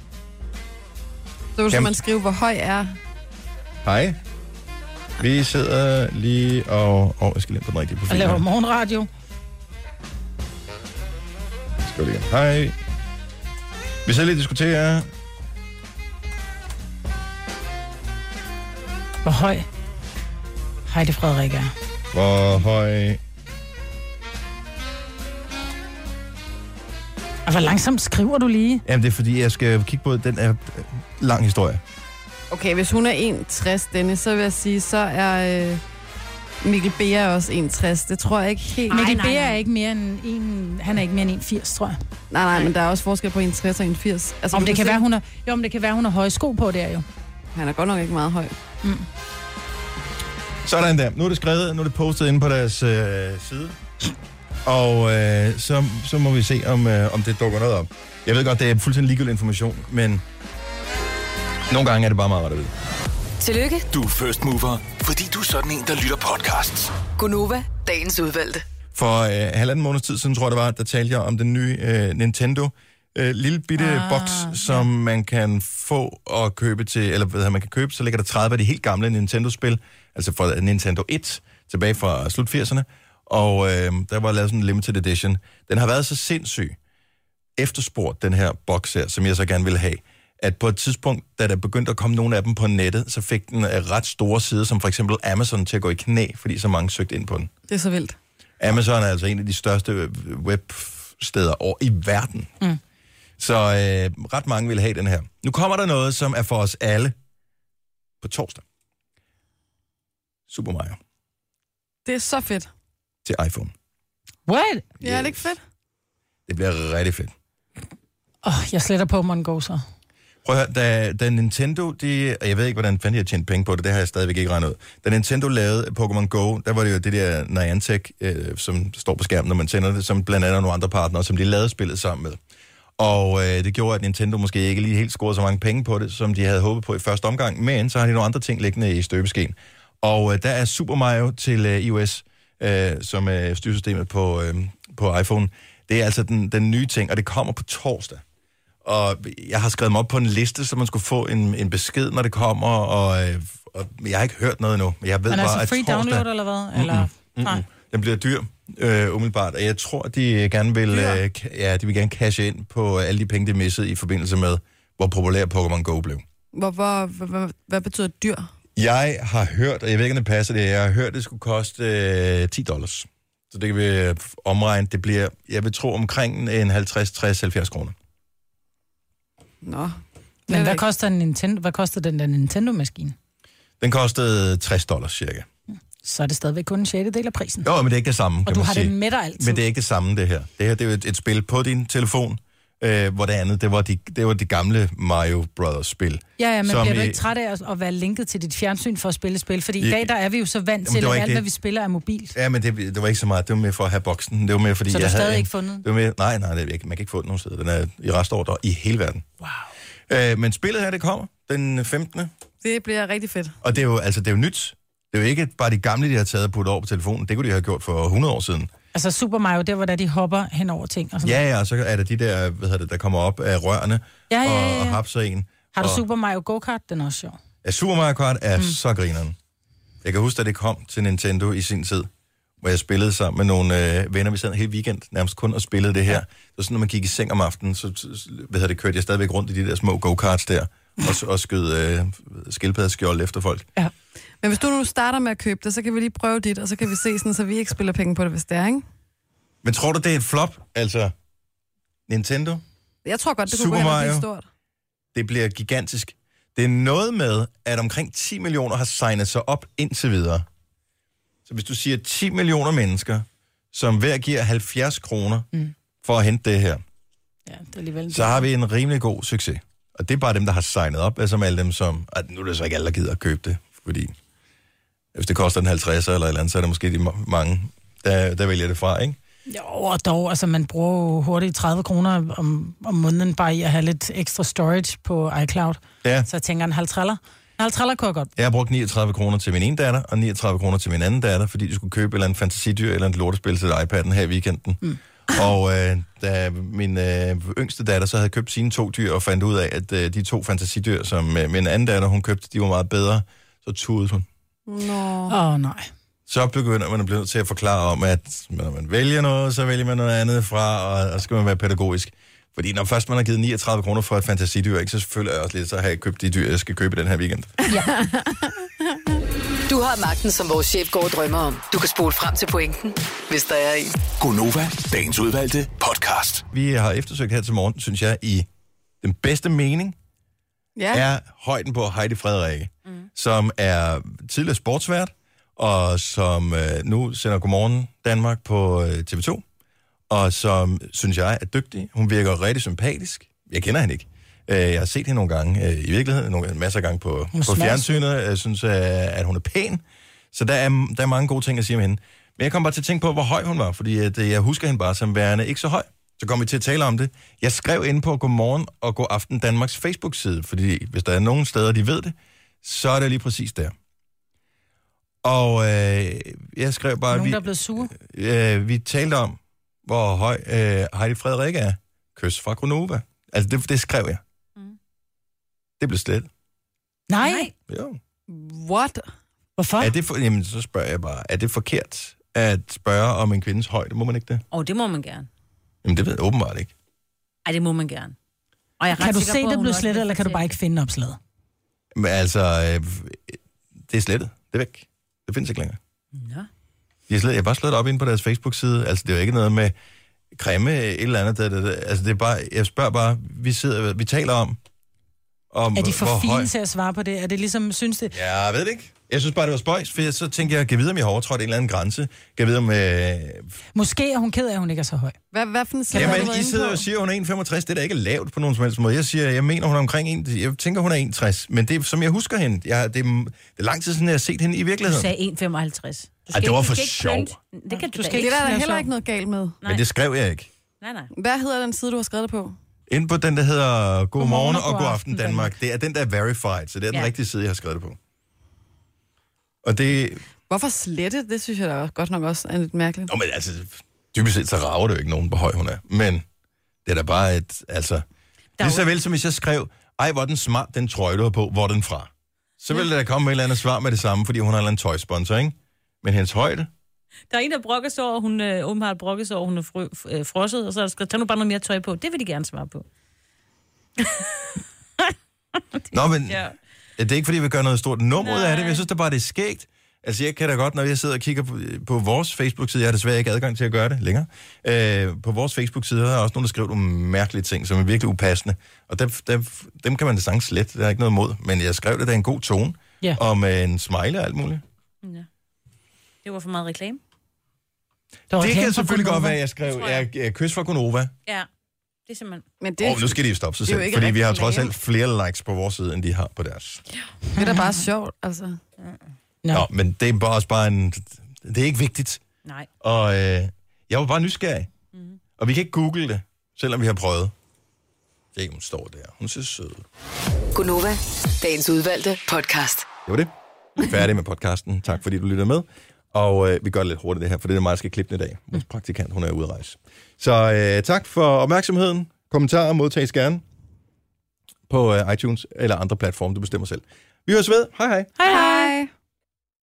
Så skal man skrive, hvor høj er... Hej. Vi sidder lige og... Åh, oh, jeg skal lige på den rigtige profil. Og laver morgenradio. Skal vi lige. Hej. Vi sidder lige og diskuterer... Hvor høj Heidi Frederikke er. Hvor høj... Og hvor langsomt skriver du lige? Jamen, det er fordi, jeg skal kigge på, den er lang historie. Okay, hvis hun er en komma tres, Dennis, så vil jeg sige, så er øh, Mikkel Beer også en komma tres. Det tror jeg ikke helt. Mikkel Beer er ikke mere end en... Han er ikke mere end en komma firs, tror jeg. Nej, nej, men der er også forskel på en komma tres og en komma firs. Altså, om det kan se... være, hun er... Jo, men det kan være, hun har høje sko på der jo. Han er godt nok ikke meget høj. Mm. Sådan der. Nu er det skrevet, nu er det postet inde på deres øh, side. Og øh, så, så må vi se, om, øh, om det dukker noget op. Jeg ved godt, det er fuldstændig ligegyldig information, men nogle gange er det bare meget ret at vide. Tillykke. Du er first mover, fordi du er sådan en, der lytter podcasts. Gunova, dagens udvalgte. For øh, halvanden måneds tid siden, tror jeg det var, der talte jeg om den nye øh, Nintendo øh, lille bitte ah, boks, som ja. man kan få og købe til, eller hvad man kan købe, så ligger der tredive af de helt gamle Nintendo-spil, altså fra Nintendo et, tilbage fra slut firserne. Og øh, der var lavet sådan en limited edition. Den har været så sindssyg efterspurgt, den her boks her, som jeg så gerne ville have, at på et tidspunkt, da der begyndte at komme nogle af dem på nettet, så fik den ret store sider, som for eksempel Amazon, til at gå i knæ, fordi så mange søgte ind på den. Det er så vildt. Amazon er altså en af de største websteder over i verden. Mm. Så øh, ret mange vil have den her. Nu kommer der noget, som er for os alle på torsdag. Super Mario. Det er så fedt. Til iPhone. What? Yes. Ja, er det ikke fedt? Det bliver rigtig fedt. Åh, oh, jeg sletter Pokémon Go så. Prøv at høre, da, da Nintendo, de, jeg ved ikke, hvordan fanden de har tjent penge på det, det har jeg stadigvæk ikke regnet ud. Da Nintendo lavede Pokémon Go, der var det jo det der Niantic, øh, som står på skærmen, når man tænder det, som blandt andet nogle andre partnere, som de lavede spillet sammen med. Og øh, det gjorde, at Nintendo måske ikke lige helt scorede så mange penge på det, som de havde håbet på i første omgang, men så har de nogle andre ting liggende i støbeskeen. Og øh, der er Super Mario til øh, iOS, øh, som er styresystemet på, øh, på iPhone. Det er altså den, den nye ting, og det kommer på torsdag. Og jeg har skrevet mig op på en liste, så man skulle få en, en besked, når det kommer, og, øh, og jeg har ikke hørt noget endnu. Jeg ved Men bare, altså free at torsdag... download, eller hvad? Mm-mm. Eller... Mm-mm. Nej. Den bliver dyr, øh, umiddelbart, og jeg tror, at de gerne vil, øh, ja, de vil gerne cashe ind på alle de penge, de missede i forbindelse med, hvor populær Pokémon Go blev. Hvor, hvor, hvad, hvad betyder dyr? Jeg har hørt, og jeg ved ikke, om det passer det, jeg har hørt, at det skulle koste øh, ti dollars. Så det kan vi omregne. Det bliver, jeg vil tro, omkring en halvtreds, tres, halvfjerds kroner. Nå. Men hvad koster, en Nintendo, hvad koster den der Nintendo-maskine? Den kostede tres dollars cirka. Så er det stadigvæk kun en sjettedel af prisen. Jo, men det er ikke det samme, og kan du man har sige. den med dig altid. Men det er ikke det samme, det her. Det her det er jo et, et spil på din telefon, Øh, hvor det andet, det var de, det var de gamle Mario Brothers-spil. Ja, ja, men som bliver du i- ikke træt af at, at være linket til dit fjernsyn for at spille spil? Fordi i Ja. dag, der er vi jo så vant Jamen, til, det var at ikke alt, det. hvad vi spiller, er mobilt. Ja, men det, det var ikke så meget. Det var mere for at have boksen. Det var mere, fordi Så du jeg har havde stadig en- ikke fundet? Det var mere, nej, nej, det er ikke. Man kan ikke få den nogen steder. Den er i restordre i hele verden. Wow. Øh, men spillet her, det kommer den femtende Det bliver rigtig fedt. Og det er jo, altså, det er jo nyt. Det er jo ikke bare de gamle, de har taget og puttet over på telefonen. Det kunne de have gjort for hundrede år siden. Altså Super Mario, der hvor der de hopper hen over ting og sådan Ja, ja, og så er der de der, hvad hedder det, der kommer op af rørene Ja, ja, ja, og, og ja. hapser en. Har du og, Super Mario Go-Kart? Den er også sjov. Ja, Super Mario Kart er mm. Mm. så grineren. Jeg kan huske, at det kom til Nintendo i sin tid, hvor jeg spillede sammen med nogle øh, venner. Vi sad en hel weekend nærmest kun og spillede det her. Ja. Så sådan, når man gik i seng om aftenen, så, så hvad hedder det, kørte jeg stadigvæk rundt i de der små go-karts der, og, og skød øh, skildpaddeskjold efter folk. Ja. Men hvis du nu starter med at købe det, så kan vi lige prøve dit, og så kan vi se sådan, så vi ikke spiller penge på det, hvis det er, ikke? Men tror du, det er et flop? Altså, Nintendo? Jeg tror godt, det kunne Super gå hen og Mario. blive stort. Det bliver gigantisk. Det er noget med, at omkring ti millioner har signet sig op indtil videre. Så hvis du siger ti millioner mennesker, som hver giver halvfjerds kroner Mm. for at hente det her, Ja, det er alligevel... så har vi en rimelig god succes. Og det er bare dem, der har signet op, altså med alle dem, som... At nu er det så ikke alle, der gider at købe det, fordi hvis det koster en halvtreds eller et eller andet, så er det måske de ma- mange, der, der vælger det fra, ikke? Jo, og dog, altså man bruger jo hurtigt tredive kroner om, om måneden bare i at have lidt ekstra storage på iCloud. Ja. Så jeg tænker, en halv triller. En halv triller kunne jeg godt. Jeg har brugt niogtredive kroner til min ene datter, og niogtredive kroner til min anden datter, fordi de skulle købe et eller andet fantasidyr eller et lortespil til iPad'en her i weekenden. Mm. Og øh, da min øh, yngste datter så havde købt sine to dyr, og fandt ud af, at øh, de to fantasidyr, som øh, min anden datter hun købte, de var meget bedre, så tudede hun. Nå. Åh, oh, nej. Så begynder man at blive nødt til at forklare om, at når man vælger noget, så vælger man noget andet fra, og, og så skal man være pædagogisk. Fordi når først man har givet niogtredive kroner for et fantasidyr, ikke, så føler jeg også lidt, så har jeg købt de dyr, jeg skal købe den her weekend. Ja. Du har magten, som vores chef går og drømmer om. Du kan spole frem til pointen, hvis der er en. Gonova, dagens udvalgte podcast. Vi har eftersøgt her til morgen, synes jeg, i den bedste mening, Ja. er højden på Heidi Frederikke, mm. som er tidligere sportsvært, og som øh, nu sender Godmorgen Danmark på øh, T V to, og som, synes jeg, er dygtig. Hun virker rigtig sympatisk. Jeg kender hende ikke. Øh, jeg har set hende nogle gange øh, i virkeligheden, nogle, masser af gange på, på fjernsynet. Jeg synes, øh, at hun er pæn. Så der er, der er mange gode ting at sige om hende. Men jeg kom bare til at tænke på, hvor høj hun var, fordi at, øh, jeg husker hende bare som værende ikke så høj. Så kom vi til at tale om det. Jeg skrev inde på Godmorgen og God Aften Danmarks Facebook-side, fordi hvis der er nogen steder, de ved det, så er det lige præcis der. Og øh, jeg skrev bare... Nogen, vi, der er blevet sure? øh, vi talte om, hvor høj øh, Heidi Frederikke er. Kys fra Gronova. Altså, det, det skrev jeg. Mm. Det blev slet. Nej. Jo. What? Hvorfor? Er det for, jamen, så spørger jeg bare, er det forkert at spørge om en kvindes højde? Må man ikke det? Og oh, det må man gerne. Jamen, det ved jeg åbenbart ikke. Ej, det må man gerne. Og jeg er Kan ret du sikker se, på, det at hun blev også slettet, vil eller kan du fortælle. bare ikke finde opslaget? Men altså, øh, det er slettet. Det er væk. Det findes ikke længere. Ja. De har slet, jeg har bare slået op ind på deres Facebook-side. Altså, det er jo ikke noget med creme et eller andet. Det, det, det. Altså, det er bare, jeg spørger bare, vi, sidder, vi taler om, om Er de for hvor fine høj. til at svare på det? Er det ligesom, synes det... Ja, jeg ved det ikke. Jeg synes bare, det var spøjs, for så tænkte jeg, kan jeg vide, om jeg har overtrådt en eller anden grænse? Kan jeg vide, om... Øh... Måske er hun ked af, at hun ikke er så høj. Hvad, hvad for en side Jamen, har du været I inde sidder på? og siger, at hun er en komma femogtres. Det er da ikke lavt på nogen som helst måde. Jeg siger, jeg mener, hun er omkring en... Jeg tænker, hun er en komma tres. Men det er, som jeg husker hende. Jeg, det, er, det er lang tid siden, jeg har set hende i Du virkeligheden. sagde en komma femoghalvtreds. Ej, det var for sjov. Det kan du, Du da skal ikke. Det er der Ja, heller så- ikke noget galt med. Men det skrev jeg ikke. Nej, nej. Hvad hedder den side, du har skrevet det på? Inde på den, der hedder Godmorgen og og God God Aften Aften Danmark. Det er den, der er verified, så det er den Ja. rigtige side, jeg har skrevet det på. Og det... Hvorfor slette? Det synes jeg da også- godt nok også er lidt mærkeligt. Nå, men altså, dybest set så rager det jo ikke nogen, hvor høj hun er. Men det er da bare et... Altså... Det er så vel, som hvis jeg skrev, ej, hvor er den smart, den trøje, du har på, hvor er den fra? Så ville der komme et eller andet svar med det samme, fordi hun har en eller anden tøjsponsor, ikke? Men hendes højde... Der er en, der brokker sig over, hun øh, åbenbart brokker sig over, hun er fr- øh, frosset, og så er der skrevet, tag nu bare noget mere tøj på. Det vil de gerne svare på. Nå, men Ja. det er ikke, fordi vi gør noget stort nummer ud af det, men jeg synes da bare, det er skægt. Altså, jeg kan da godt, når jeg sidder og kigger på, på vores Facebook-side, jeg har desværre ikke adgang til at gøre det længere, øh, på vores Facebook-side, der er også nogen, der skriver nogle mærkelige ting, som er virkelig upassende, og der, der, dem kan man da sagtens slet, der er ikke noget mod, men jeg skrev det, der er en god tone, Ja. og med en smiley og alt muligt. Ja. Det var for meget reklame. Der var Det reklame kan for selvfølgelig godt Gonova. være, jeg skrev, Det tror jeg. jeg, jeg kys fra Gonova. Ja. Det er simpelthen... Men det, Og nu skal de jo stoppe sig det er jo selv, ikke fordi vi har reklame. trods alt flere likes på vores side, end de har på deres. det er da bare sjovt, altså. Nå. Nå, men det er bare også bare en... Det er ikke vigtigt. Nej. Og øh, jeg var bare nysgerrig. Mm-hmm. Og vi kan ikke google det, selvom vi har prøvet. Se, hun står der. Hun ser sød. Gunova, dagens udvalgte podcast. Det var det. Færdig med podcasten. Tak fordi du lytter med. Og øh, vi gør det lidt hurtigt det her, for det er mig, der skal klippe den i dag. Vores praktikant, hun er ude at rejse. Så øh, tak for opmærksomheden. Kommentarer modtages gerne på øh, iTunes eller andre platforme. Du bestemmer selv. Vi høres ved. Hej hej. Hej hej.